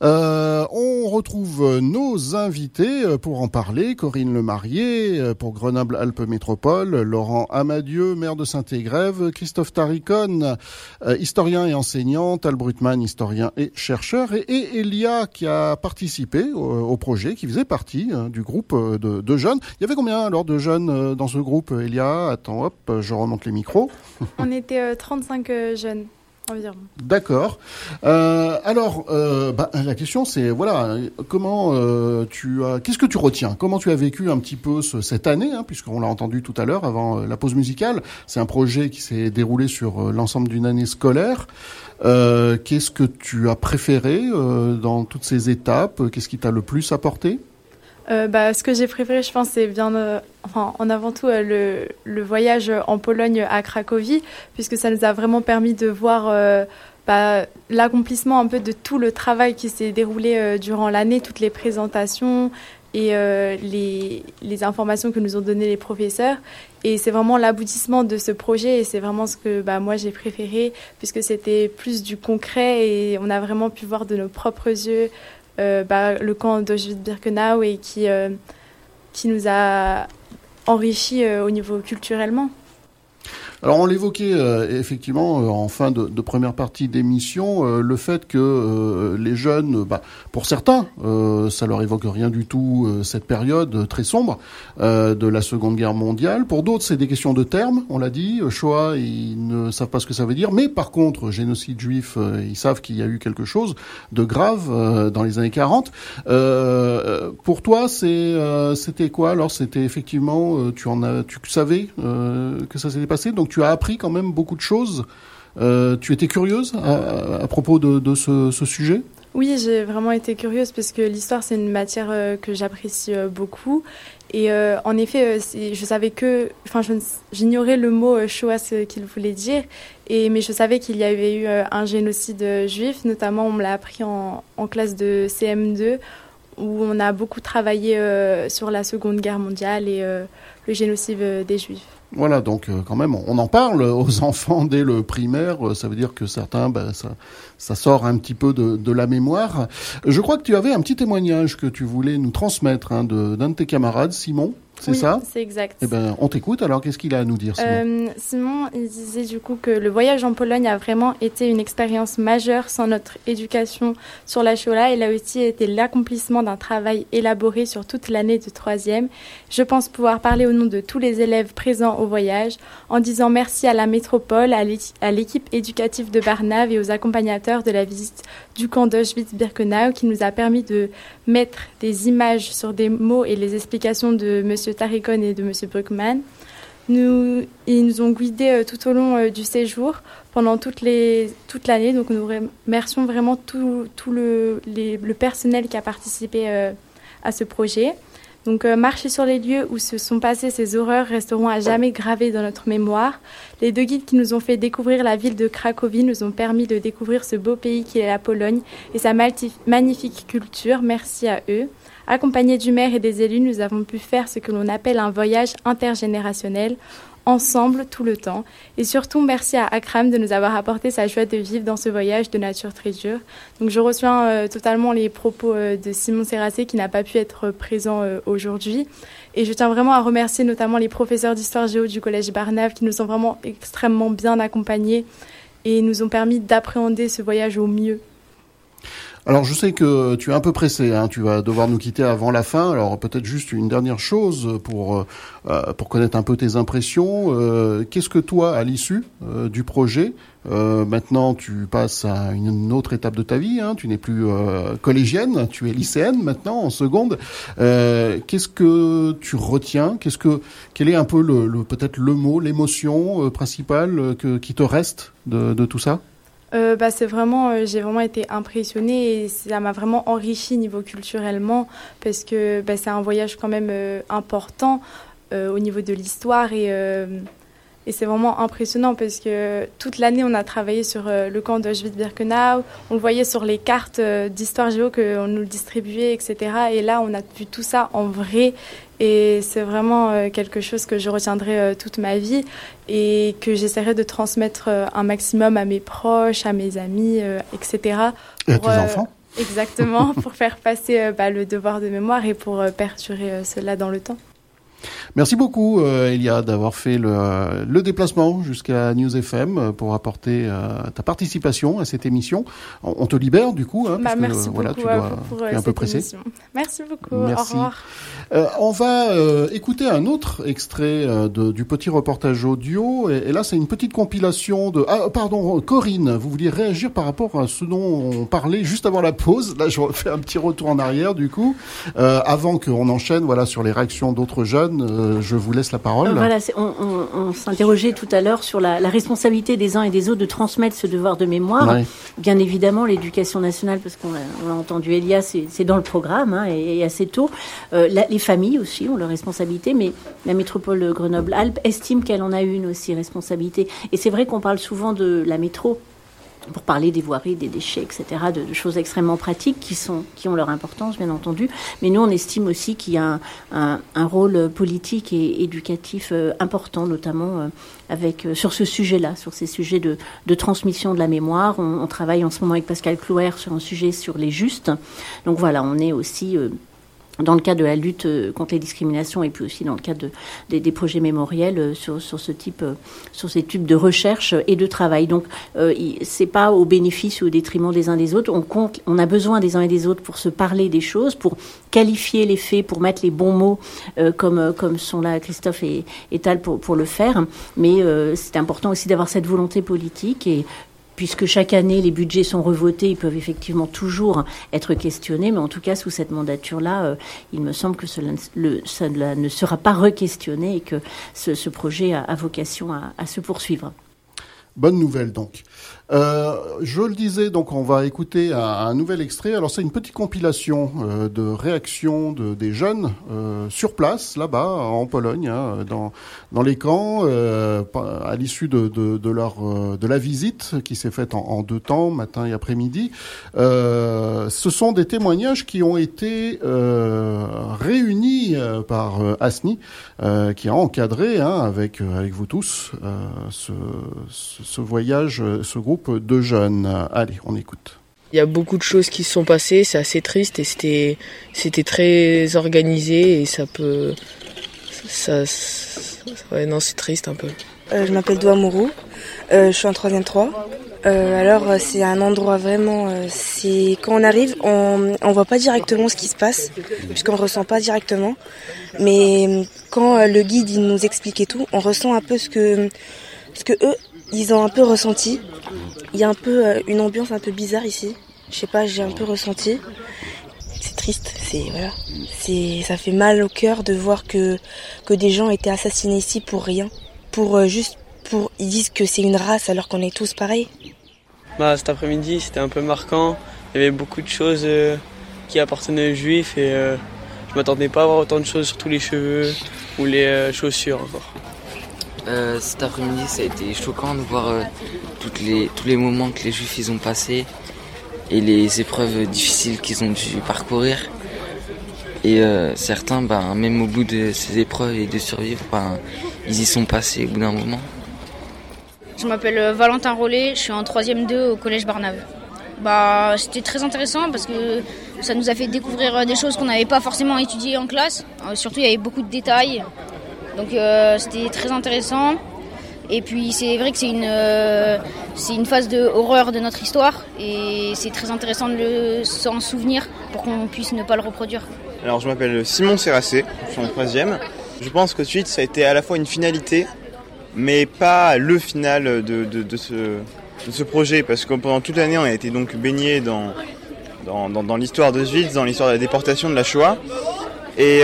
On retrouve nos invités pour en parler, Corinne Lemarié pour Grenoble-Alpes Métropole, Laurent Amadieu, maire de Saint-Égrève, Christophe Taricone, historien et enseignant, Tal Brutman, historien et chercheur, et Elia qui a participé au projet, qui faisait partie du groupe de jeunes. Il y avait combien alors de jeunes dans ce groupe, Elia? Attends, hop, je remonte les micros. On était 35 jeunes environ. D'accord. Alors, la question c'est, voilà, comment qu'est-ce que tu retiens? Comment tu as vécu un petit peu cette année, puisqu'on l'a entendu tout à l'heure avant la pause musicale. C'est un projet qui s'est déroulé sur l'ensemble d'une année scolaire. Qu'est-ce que tu as préféré dans toutes ces étapes? Qu'est-ce qui t'a le plus apporté? Ce que j'ai préféré, je pense, c'est bien, en avant tout, le voyage en Pologne à Cracovie, puisque ça nous a vraiment permis de voir l'accomplissement un peu de tout le travail qui s'est déroulé durant l'année, toutes les présentations et les informations que nous ont données les professeurs. Et c'est vraiment l'aboutissement de ce projet et c'est vraiment ce que moi j'ai préféré, puisque c'était plus du concret et on a vraiment pu voir de nos propres yeux le camp d'Auschwitz-Birkenau et qui nous a enrichis au niveau culturellement. Alors on l'évoquait effectivement en fin de première partie d'émission, le fait que les jeunes, pour certains, ça leur évoque rien du tout cette période très sombre de la Seconde Guerre mondiale. Pour d'autres, c'est des questions de termes, on l'a dit. Shoah, ils ne savent pas ce que ça veut dire. Mais par contre, génocide juif, ils savent qu'il y a eu quelque chose de grave dans les années 40. Pour toi, c'était quoi? Alors c'était effectivement, tu savais que ça s'était passé, donc tu as appris quand même beaucoup de choses. Tu étais curieuse à propos de ce sujet? Oui, j'ai vraiment été curieuse parce que l'histoire, c'est une matière que j'apprécie beaucoup. Et en effet, je savais j'ignorais le mot Shoah, ce qu'il voulait dire. Mais je savais qu'il y avait eu un génocide juif. Notamment, on me l'a appris en classe de CM2, où on a beaucoup travaillé sur la Seconde Guerre mondiale et le génocide des Juifs. Voilà, donc quand même, on en parle aux enfants dès le primaire. Ça veut dire que certains, ça sort un petit peu de la mémoire. Je crois que tu avais un petit témoignage que tu voulais nous transmettre d'un de tes camarades, Simon. C'est ça? Oui, c'est exact. Eh ben, on t'écoute. Alors, qu'est-ce qu'il a à nous dire, Simon? Simon, il disait du coup que le voyage en Pologne a vraiment été une expérience majeure sans notre éducation sur la Shoah. Il a aussi été l'accomplissement d'un travail élaboré sur toute l'année de 3e. Je pense pouvoir parler au nom de tous les élèves présents au voyage en disant merci à la métropole, à l'équipe éducative de Barnave et aux accompagnateurs de la visite du camp d'Auschwitz-Birkenau qui nous a permis de mettre des images sur des mots et les explications de M. Taricone et de M. Brugman. Ils nous ont guidés tout au long du séjour, pendant toute l'année. Donc nous remercions vraiment tout le personnel qui a participé à ce projet. Donc marcher sur les lieux où se sont passées ces horreurs resteront à jamais gravées dans notre mémoire. Les 2 guides qui nous ont fait découvrir la ville de Cracovie nous ont permis de découvrir ce beau pays qu'est la Pologne et sa magnifique culture. Merci à eux. Accompagnés du maire et des élus, nous avons pu faire ce que l'on appelle un voyage intergénérationnel. ensemble tout le temps. Et surtout, merci à Akram de nous avoir apporté sa joie de vivre dans ce voyage de nature très dur. Donc je rejoins totalement les propos de Simon Serracé qui n'a pas pu être présent aujourd'hui. Et je tiens vraiment à remercier notamment les professeurs d'histoire géo du Collège Barnave qui nous ont vraiment extrêmement bien accompagnés et nous ont permis d'appréhender ce voyage au mieux. Alors je sais que tu es un peu pressé, hein, tu vas devoir nous quitter avant la fin. Alors peut-être juste une dernière chose pour connaître un peu tes impressions. Qu'est-ce que toi, à l'issue du projet, maintenant tu passes à une autre étape de ta vie, hein, tu n'es plus collégienne, tu es lycéenne maintenant en seconde. Qu'est-ce que tu retiens ? Quel est un peu peut-être le mot, l'émotion principale qui te reste de tout ça ? C'est vraiment, j'ai vraiment été impressionnée et ça m'a vraiment enrichi niveau culturellement parce que c'est un voyage quand même important au niveau de l'histoire et c'est vraiment impressionnant parce que toute l'année on a travaillé sur le camp d'Auschwitz-Birkenau, on le voyait sur les cartes d'histoire géo qu'on nous distribuait, etc. Et là on a vu tout ça en vrai. Et c'est vraiment quelque chose que je retiendrai toute ma vie et que j'essaierai de transmettre un maximum à mes proches, à mes amis, etc. Et à tes enfants ? Exactement, pour faire passer le devoir de mémoire et pour perdurer cela dans le temps. Merci beaucoup, Elia, d'avoir fait le déplacement jusqu'à News FM pour apporter ta participation à cette émission. On te libère, du coup, hein, parce merci que beaucoup, tu es un peu pressé. Émission. Merci beaucoup, Merci. Au revoir. On va écouter un autre extrait du petit reportage audio. Et là, c'est une petite compilation de... Ah, pardon, Corinne, vous vouliez réagir par rapport à ce dont on parlait juste avant la pause. Là, je refais un petit retour en arrière, du coup. Avant qu'on enchaîne sur les réactions d'autres jeunes, je vous laisse la parole. On s'interrogeait tout à l'heure sur la responsabilité des uns et des autres de transmettre ce devoir de mémoire. Ouais. Bien évidemment, l'éducation nationale, parce qu'on l'a entendu, Elia, c'est dans le programme, hein, et assez tôt. Les familles aussi ont leur responsabilité, mais la métropole Grenoble-Alpes estime qu'elle en a une aussi responsabilité. Et c'est vrai qu'on parle souvent de la métro pour parler des voiries, des déchets, etc., de choses extrêmement pratiques qui ont leur importance, bien entendu. Mais nous, on estime aussi qu'il y a un rôle politique et éducatif important, notamment sur ce sujet-là, sur ces sujets de transmission de la mémoire. On travaille en ce moment avec Pascal Clouer sur un sujet sur les justes. Donc voilà, on est aussi... dans le cadre de la lutte contre les discriminations et puis aussi dans le cadre des projets mémoriels sur ces types de recherche et de travail. Donc c'est pas au bénéfice ou au détriment des uns des autres. On a besoin des uns et des autres pour se parler des choses, pour qualifier les faits, pour mettre les bons mots comme sont là Christophe et Tal pour le faire. Mais c'est important aussi d'avoir cette volonté politique et puisque chaque année, les budgets sont revotés, ils peuvent effectivement toujours être questionnés, mais en tout cas, sous cette mandature-là, il me semble que cela ne sera pas re-questionné et que ce projet a vocation à se poursuivre. Bonne nouvelle, donc. Je le disais, donc on va écouter un nouvel extrait. Alors c'est une petite compilation de réactions des jeunes sur place, là-bas, en Pologne, hein, dans les camps, à l'issue de la visite qui s'est faite en 2 temps, matin et après-midi. Ce sont des témoignages qui ont été réunis par ASNI, qui a encadré, hein, avec vous tous, ce voyage, ce groupe de jeunes. Allez, on écoute. Il y a beaucoup de choses qui se sont passées, c'est assez triste et c'était très organisé et ouais, non, c'est triste un peu. Je m'appelle Douamourou, je suis en 3e 3. Alors c'est un endroit vraiment, c'est quand on arrive, on voit pas directement ce qui se passe, puisqu'on ressent pas directement. Mais quand le guide il nous explique et tout, on ressent un peu ce que eux ils ont un peu ressenti. Il y a un peu une ambiance un peu bizarre ici. Je sais pas, j'ai un peu ressenti. C'est triste, ça fait mal au cœur de voir que des gens étaient assassinés ici pour rien, ils disent que c'est une race alors qu'on est tous pareils. Cet après-midi, c'était un peu marquant. Il y avait beaucoup de choses qui appartenaient aux juifs et je m'attendais pas à voir autant de choses, surtout les cheveux ou les chaussures encore. Cet après-midi, ça a été choquant de voir tous les moments que les juifs ils ont passés et les épreuves difficiles qu'ils ont dû parcourir. Et certains, même au bout de ces épreuves et de survivre, ils y sont passés au bout d'un moment. Je m'appelle Valentin Rollet, je suis en 3e 2 au Collège Barnave. C'était très intéressant parce que ça nous a fait découvrir des choses qu'on n'avait pas forcément étudiées en classe. Surtout, il y avait beaucoup de détails. Donc c'était très intéressant. Et puis c'est vrai que c'est une phase de horreur de notre histoire. Et c'est très intéressant de s'en souvenir pour qu'on puisse ne pas le reproduire. Alors je m'appelle Simon Serrassé, je suis en 3e. Je pense qu'ensuite ça a été à la fois une finalité, mais pas le final de ce projet. Parce que pendant toute l'année on a été donc baigné dans l'histoire d'Auschwitz, dans l'histoire de la déportation de la Shoah. Et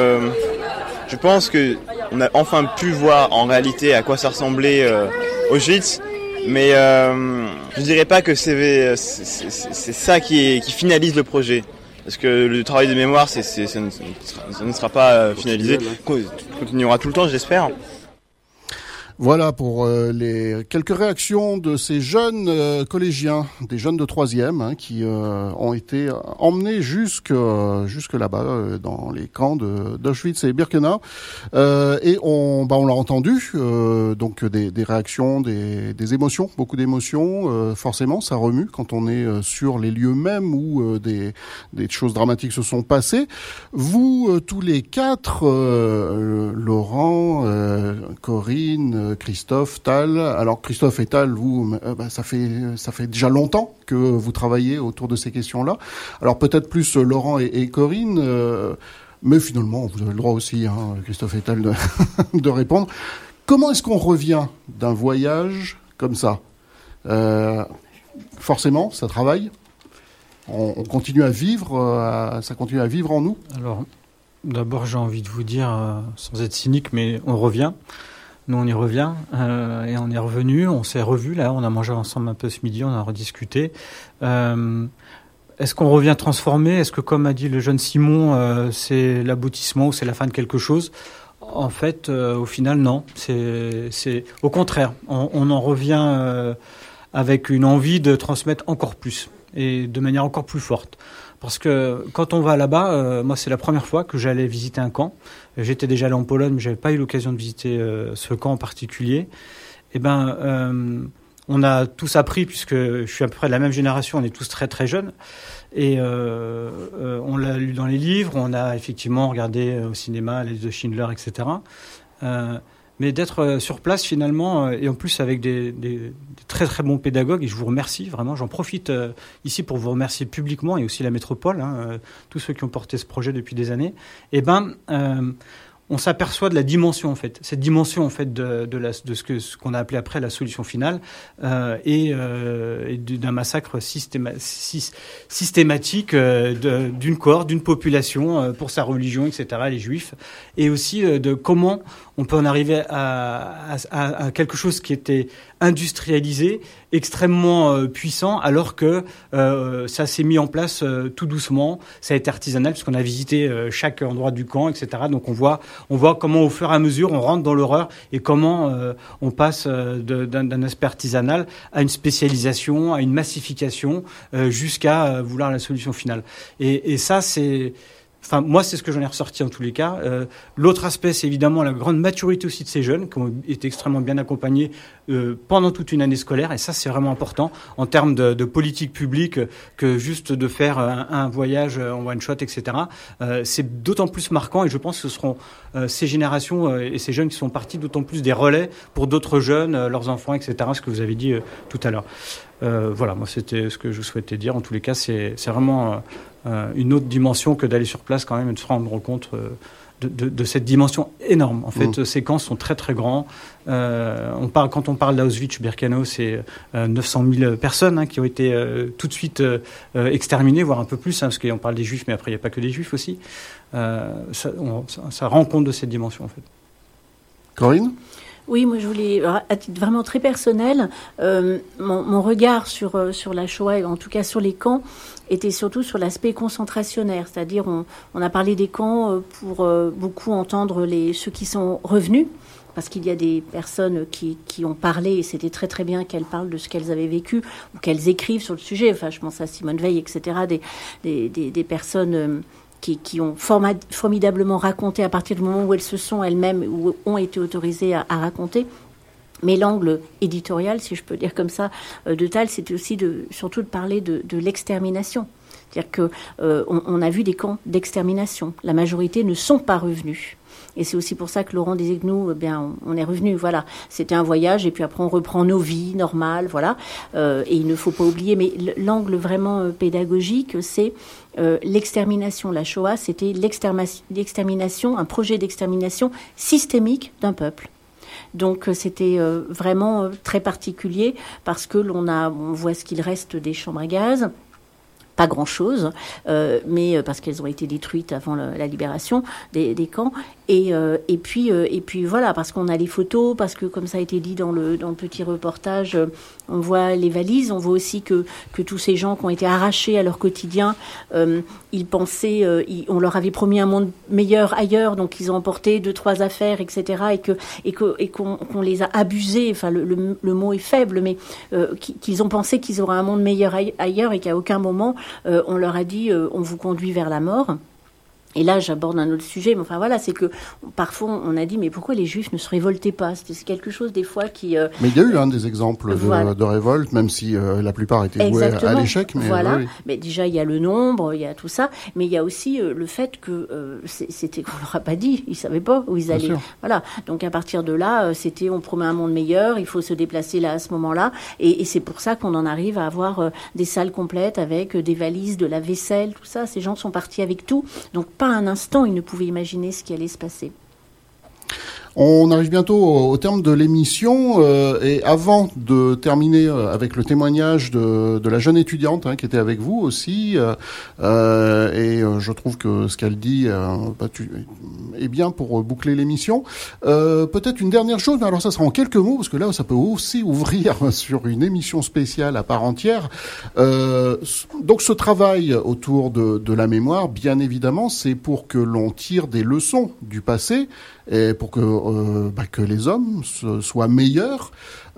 je pense qu'on a enfin pu voir en réalité à quoi ça ressemblait Auschwitz. Mais je dirais pas que c'est ça qui finalise le projet. Parce que le travail de mémoire, ça ne sera pas finalisé. Continuera tout le temps, j'espère. Voilà pour les quelques réactions de ces jeunes collégiens, des jeunes de 3e, qui ont été emmenés jusque là-bas dans les camps d'Auschwitz et Birkenau. Et on l'a entendu, donc des réactions, des émotions, beaucoup d'émotions. Forcément, ça remue quand on est sur les lieux mêmes où des choses dramatiques se sont passées. Vous, tous les quatre, Laurent, Corinne, Christophe, Tal. Alors Christophe et Tal, vous, ça fait déjà longtemps que vous travaillez autour de ces questions-là. Alors peut-être plus Laurent et Corinne, mais finalement vous avez le droit aussi, Christophe et Tal, de répondre. Comment est-ce qu'on revient d'un voyage comme ça ? Forcément, ça travaille. On continue à vivre, ça continue à vivre en nous. Alors, d'abord, j'ai envie de vous dire, sans être cynique, mais on revient. Nous, on y revient et on est revenu, on s'est revus là, on a mangé ensemble un peu ce midi, on a rediscuté. Est-ce qu'on revient transformé ? Est-ce que, comme a dit le jeune Simon, c'est l'aboutissement ou c'est la fin de quelque chose ? En fait, au final, non. C'est au contraire. On en revient avec une envie de transmettre encore plus et de manière encore plus forte. Parce que quand on va là-bas, moi c'est la première fois que j'allais visiter un camp. J'étais déjà allé en Pologne, mais j'avais pas eu l'occasion de visiter ce camp en particulier. On a tous appris, puisque je suis à peu près de la même génération, on est tous très très jeunes. Et on l'a lu dans les livres, on a effectivement regardé au cinéma la liste de Schindler, etc. Mais d'être sur place finalement, et en plus avec des très très bons pédagogues, et je vous remercie vraiment, j'en profite ici pour vous remercier publiquement, et aussi la métropole, tous ceux qui ont porté ce projet depuis des années, on s'aperçoit de la dimension en fait, cette dimension en fait de ce qu'on a appelé après la solution finale, et d'un massacre systématique d'une cohorte, d'une population pour sa religion, etc., les Juifs, et aussi de comment on peut en arriver à quelque chose qui était industrialisé, extrêmement puissant, alors que ça s'est mis en place tout doucement, ça a été artisanal, puisqu'on a visité chaque endroit du camp, etc. Donc on voit comment au fur et à mesure on rentre dans l'horreur et comment on passe d'un aspect artisanal à une spécialisation, à une massification, jusqu'à vouloir la solution finale. Et ça, c'est... Enfin, moi, c'est ce que j'en ai ressorti en tous les cas. L'autre aspect, c'est évidemment la grande maturité aussi de ces jeunes qui ont été extrêmement bien accompagnés pendant toute une année scolaire. Et ça, c'est vraiment important en termes de politique publique que juste de faire un voyage en one-shot, etc. C'est d'autant plus marquant et je pense que ce seront ces générations et ces jeunes qui sont partis d'autant plus des relais pour d'autres jeunes, leurs enfants, etc. Ce que vous avez dit tout à l'heure. Voilà, moi, c'était ce que je souhaitais dire. En tous les cas, c'est vraiment... une autre dimension que d'aller sur place quand même et de se rendre compte de cette dimension énorme. En fait, ces camps sont très très grands. Quand on parle d'Auschwitz-Birkenau, c'est 900 000 personnes qui ont été tout de suite exterminées, voire un peu plus, parce qu'on parle des Juifs, mais après il n'y a pas que des Juifs aussi. Ça rend compte de cette dimension en fait. Corinne ? Oui, moi je voulais, à titre vraiment très personnel, mon regard sur la Shoah, et en tout cas sur les camps, était surtout sur l'aspect concentrationnaire. C'est-à-dire, on a parlé des camps pour beaucoup entendre ceux qui sont revenus, parce qu'il y a des personnes qui ont parlé, et c'était très très bien qu'elles parlent de ce qu'elles avaient vécu, ou qu'elles écrivent sur le sujet. Enfin, je pense à Simone Veil, etc., des personnes... qui ont formidablement raconté à partir du moment où elles se sont elles-mêmes ou ont été autorisées à raconter. Mais l'angle éditorial, si je peux dire comme ça, de Tal, c'était aussi surtout de parler de l'extermination. C'est-à-dire que on a vu des camps d'extermination. La majorité ne sont pas revenus. Et c'est aussi pour ça que Laurent disait que nous, on est revenus. Voilà, c'était un voyage et puis après on reprend nos vies normales, voilà. Et il ne faut pas oublier, mais l'angle vraiment pédagogique, c'est l'extermination. La Shoah, c'était l'extermination, un projet d'extermination systémique d'un peuple. Donc c'était vraiment très particulier parce que on voit ce qu'il reste des chambres à gaz. Pas grand-chose, mais parce qu'elles ont été détruites avant la libération des camps. Et puis voilà, parce qu'on a les photos, parce que comme ça a été dit dans le petit reportage, on voit les valises, on voit aussi que tous ces gens qui ont été arrachés à leur quotidien, ils pensaient, on leur avait promis un monde meilleur ailleurs, donc ils ont emporté 2-3 affaires, etc. Et qu'on les a abusés. Enfin, le mot est faible, mais qu'ils ont pensé qu'ils auraient un monde meilleur ailleurs et qu'à aucun moment on leur a dit on vous conduit vers la mort. Et là, j'aborde un autre sujet, mais enfin voilà, c'est que parfois on a dit mais pourquoi les Juifs ne se révoltaient pas ? C'est quelque chose des fois qui. Mais il y a eu des exemples de révolte, même si la plupart étaient voués à l'échec. Mais voilà. Oui. Mais déjà il y a le nombre, il y a tout ça, mais il y a aussi le fait que c'était qu'on leur a pas dit, ils savaient pas où ils allaient. Bien sûr. Voilà. Donc à partir de là, c'était on promet un monde meilleur, il faut se déplacer là à ce moment-là, et c'est pour ça qu'on en arrive à avoir des salles complètes avec des valises, de la vaisselle, tout ça. Ces gens sont partis avec tout, donc pas un instant ils ne pouvaient imaginer ce qui allait se passer. On arrive bientôt au terme de l'émission et avant de terminer avec le témoignage de la jeune étudiante qui était avec vous aussi et je trouve que ce qu'elle dit est bien pour boucler l'émission. Peut-être une dernière chose, mais alors ça sera en quelques mots parce que là ça peut aussi ouvrir sur une émission spéciale à part entière. Donc ce travail autour de la mémoire, bien évidemment, c'est pour que l'on tire des leçons du passé et pour que les hommes soient meilleurs.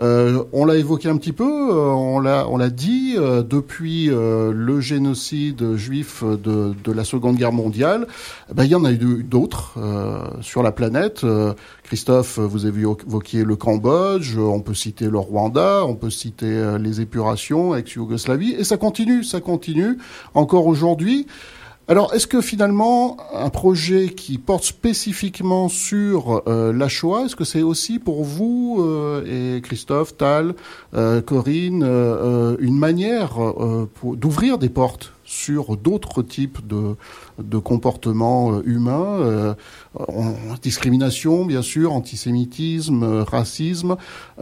On l'a évoqué un petit peu, on l'a dit, depuis le génocide juif de la Seconde Guerre mondiale, il y en a eu d'autres sur la planète. Christophe, vous avez évoqué le Cambodge, on peut citer le Rwanda, on peut citer les épurations, ex-Yougoslavie, et ça continue encore aujourd'hui. Alors, est-ce que finalement, un projet qui porte spécifiquement sur la Shoah, est-ce que c'est aussi pour vous et Christophe, Tal, Corinne, une manière d'ouvrir des portes sur d'autres types de comportements humains, discrimination, bien sûr, antisémitisme, racisme,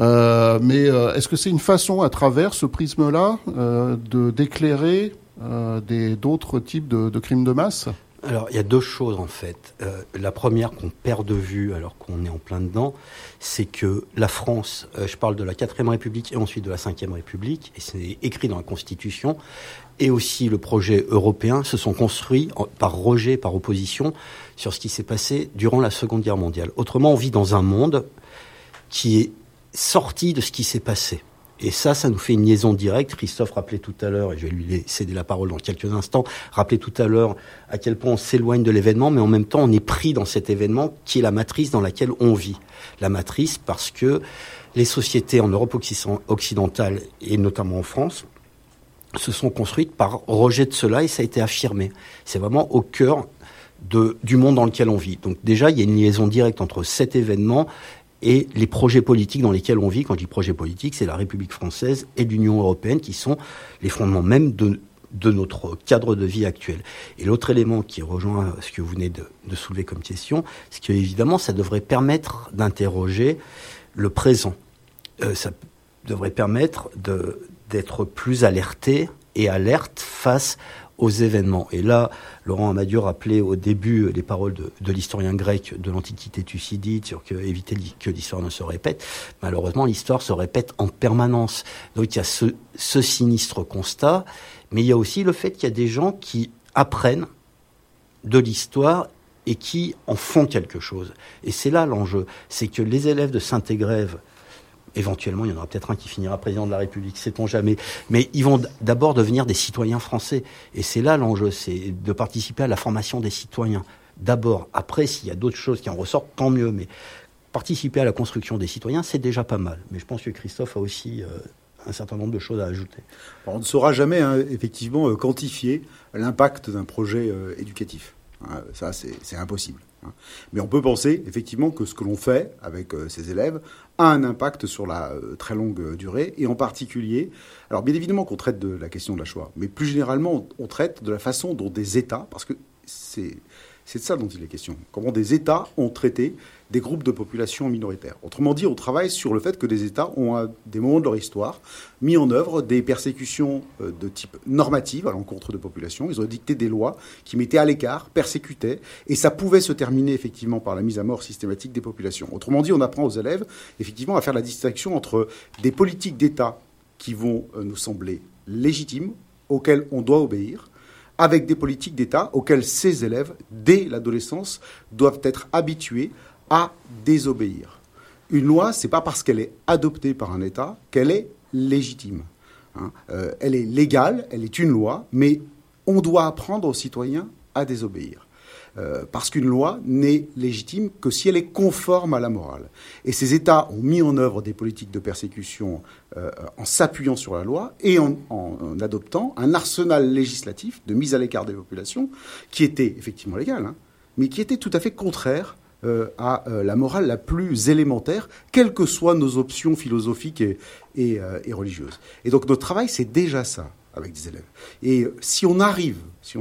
mais est-ce que c'est une façon, à travers ce prisme-là, d'éclairer d'autres types de crimes de masse ? Alors, il y a deux choses en fait. La première qu'on perd de vue alors qu'on est en plein dedans, c'est que la France, je parle de la 4e République et ensuite de la 5e République, et c'est écrit dans la Constitution, et aussi le projet européen se sont construits par rejet, par opposition, sur ce qui s'est passé durant la Seconde Guerre mondiale. Autrement, on vit dans un monde qui est sorti de ce qui s'est passé. Et ça nous fait une liaison directe. Christophe rappelait tout à l'heure, et je vais lui céder la parole dans quelques instants, rappelait tout à l'heure à quel point on s'éloigne de l'événement, mais en même temps on est pris dans cet événement qui est la matrice dans laquelle on vit. La matrice parce que les sociétés en Europe occidentale, et notamment en France, se sont construites par rejet de cela, et ça a été affirmé. C'est vraiment au cœur du monde dans lequel on vit. Donc déjà, il y a une liaison directe entre cet événement et les projets politiques dans lesquels on vit. Quand je dis projets politiques, c'est la République française et l'Union européenne qui sont les fondements même de notre cadre de vie actuel. Et l'autre élément qui rejoint ce que vous venez de soulever comme question, c'est qu'évidemment, ça devrait permettre d'interroger le présent. Ça devrait permettre d'être plus alerté et alerte face aux événements. Et là, Laurent Amadieu rappelait au début les paroles de l'historien grec de l'Antiquité Thucydide sur éviter que l'histoire ne se répète. Malheureusement, l'histoire se répète en permanence. Donc il y a ce sinistre constat, mais il y a aussi le fait qu'il y a des gens qui apprennent de l'histoire et qui en font quelque chose. Et c'est là l'enjeu. C'est que les élèves de Saint-Égrève Éventuellement, il y en aura peut-être un qui finira président de la République, sait-on jamais. Mais ils vont d'abord devenir des citoyens français. Et c'est là l'enjeu, c'est de participer à la formation des citoyens. D'abord, après, s'il y a d'autres choses qui en ressortent, tant mieux. Mais participer à la construction des citoyens, c'est déjà pas mal. Mais je pense que Christophe a aussi un certain nombre de choses à ajouter. Alors, on ne saura jamais, effectivement, quantifier l'impact d'un projet éducatif. Ça, c'est impossible. Mais on peut penser, effectivement, que ce que l'on fait avec ces élèves a un impact sur la très longue durée, et en particulier, alors bien évidemment qu'on traite de la question de la Shoah, mais plus généralement, on traite de la façon dont des États, parce que c'est de ça dont il est question, comment des États ont traité des groupes de populations minoritaires. Autrement dit, on travaille sur le fait que des États ont, à des moments de leur histoire, mis en œuvre des persécutions de type normative à l'encontre de populations. Ils ont dicté des lois qui mettaient à l'écart, persécutaient, et ça pouvait se terminer effectivement par la mise à mort systématique des populations. Autrement dit, on apprend aux élèves effectivement à faire la distinction entre des politiques d'État qui vont nous sembler légitimes, auxquelles on doit obéir, avec des politiques d'État auxquelles ces élèves, dès l'adolescence, doivent être habitués à désobéir. Une loi, c'est pas parce qu'elle est adoptée par un État qu'elle est légitime. Elle est légale, elle est une loi, mais on doit apprendre aux citoyens à désobéir. Parce qu'une loi n'est légitime que si elle est conforme à la morale. Et ces États ont mis en œuvre des politiques de persécution en s'appuyant sur la loi et en adoptant un arsenal législatif de mise à l'écart des populations qui était effectivement légal, mais qui était tout à fait contraire à la morale la plus élémentaire, quelles que soient nos options philosophiques et religieuses. Et donc notre travail, c'est déjà ça avec des élèves. Et si on arrive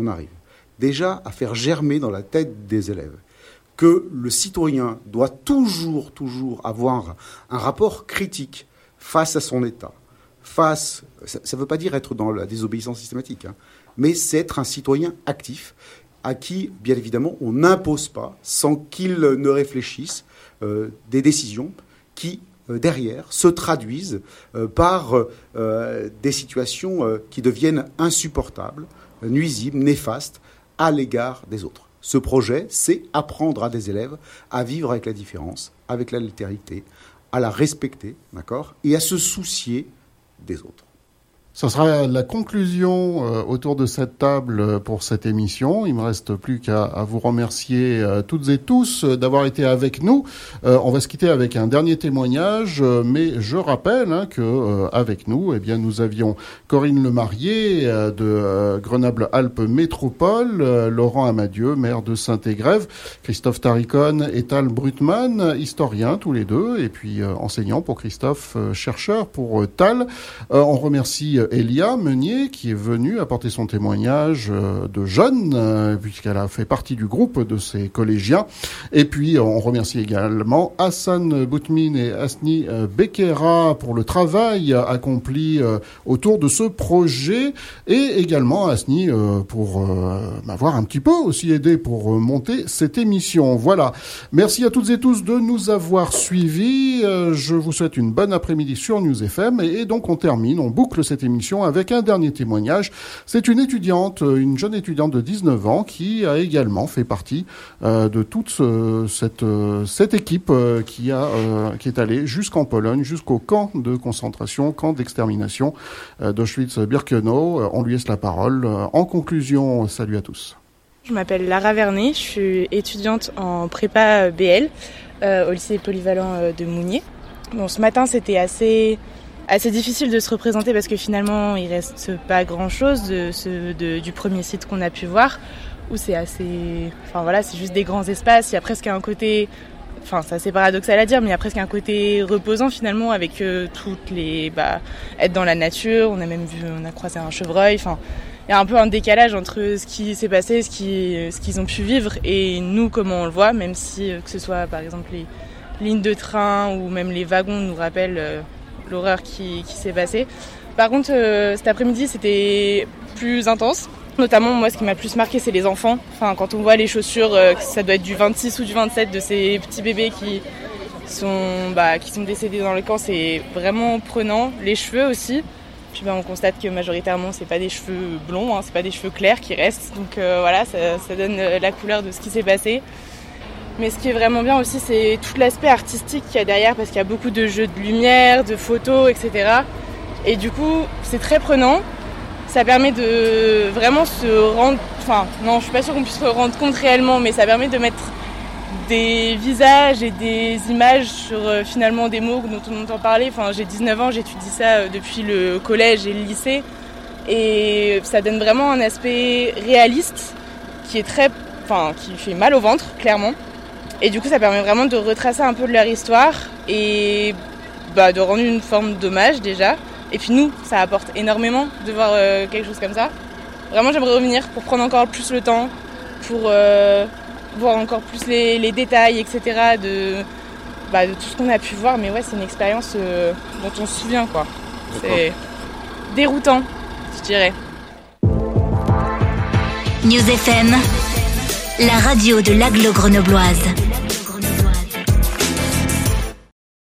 déjà à faire germer dans la tête des élèves que le citoyen doit toujours avoir un rapport critique face à son État, ça ne veut pas dire être dans la désobéissance systématique, mais c'est être un citoyen actif à qui, bien évidemment, on n'impose pas, sans qu'il ne réfléchisse, des décisions qui, derrière, se traduisent par des situations qui deviennent insupportables, nuisibles, néfastes à l'égard des autres. Ce projet, c'est apprendre à des élèves à vivre avec la différence, avec l'altérité, à la respecter, d'accord, et à se soucier des autres. Ça sera la conclusion autour de cette table pour cette émission. Il me reste plus qu'à vous remercier toutes et tous d'avoir été avec nous. On va se quitter avec un dernier témoignage, mais je rappelle que avec nous, eh bien, nous avions Corinne Lemarié de Grenoble-Alpes Métropole, Laurent Amadieu, maire de Saint-Égrève, Christophe Taricone et Tal Brutman, historiens tous les deux, et puis enseignants pour Christophe, chercheur pour Tal. On remercie Elia Meunier qui est venue apporter son témoignage de jeune, puisqu'elle a fait partie du groupe de ces collégiens. Et puis on remercie également Hassan Boutmine et Asni Bekera pour le travail accompli autour de ce projet, et également Asni pour m'avoir un petit peu aussi aidé pour monter cette émission. Voilà. Merci à toutes et tous de nous avoir suivis. Je vous souhaite une bonne après-midi sur News FM, et donc on boucle cette émission avec un dernier témoignage. C'est une jeune étudiante de 19 ans qui a également fait partie de toute cette équipe qui est allée jusqu'en Pologne, jusqu'au camp de concentration, camp d'extermination d'Auschwitz-Birkenau. On lui laisse la parole. En conclusion, salut à tous. Je m'appelle Lara Vernet, je suis étudiante en prépa BL au lycée polyvalent de Mougnier. Bon, ce matin, c'était assez difficile de se représenter parce que finalement il reste pas grand chose du premier site qu'on a pu voir, où c'est c'est juste des grands espaces. Il y a presque un côté, c'est assez paradoxal à dire, mais il y a presque un côté reposant finalement avec être dans la nature. On a croisé un chevreuil. Il y a un peu un décalage entre ce qui s'est passé, ce qu'ils ont pu vivre, et nous comment on le voit, même si que ce soit par exemple les lignes de train ou même les wagons nous rappellent l'horreur qui s'est passée. Par contre, cet après-midi, c'était plus intense. Notamment, moi, ce qui m'a plus marqué, c'est les enfants. Quand on voit les chaussures, ça doit être du 26 ou du 27 de ces petits bébés qui sont décédés dans le camp, c'est vraiment prenant. Les cheveux aussi. Puis on constate que majoritairement, c'est pas des cheveux blonds, c'est pas des cheveux clairs qui restent. Donc ça donne la couleur de ce qui s'est passé. Mais ce qui est vraiment bien aussi, c'est tout l'aspect artistique qu'il y a derrière, parce qu'il y a beaucoup de jeux de lumière, de photos, etc. Et du coup, c'est très prenant. Ça permet de vraiment se rendre... Enfin, non, je suis pas sûre qu'on puisse se rendre compte réellement, mais ça permet de mettre des visages et des images sur finalement des mots dont on entend parler. Enfin, j'ai 19 ans, j'étudie ça depuis le collège et le lycée. Et ça donne vraiment un aspect réaliste qui fait mal au ventre, clairement. Et du coup, ça permet vraiment de retracer un peu de leur histoire et de rendre une forme d'hommage déjà. Et puis nous, ça apporte énormément de voir quelque chose comme ça. Vraiment, j'aimerais revenir pour prendre encore plus le temps, pour voir encore plus les détails, etc. de tout ce qu'on a pu voir. Mais ouais, c'est une expérience dont on se souvient, quoi. C'est déroutant, je dirais. News FM, la radio de l'Aglo grenobloise.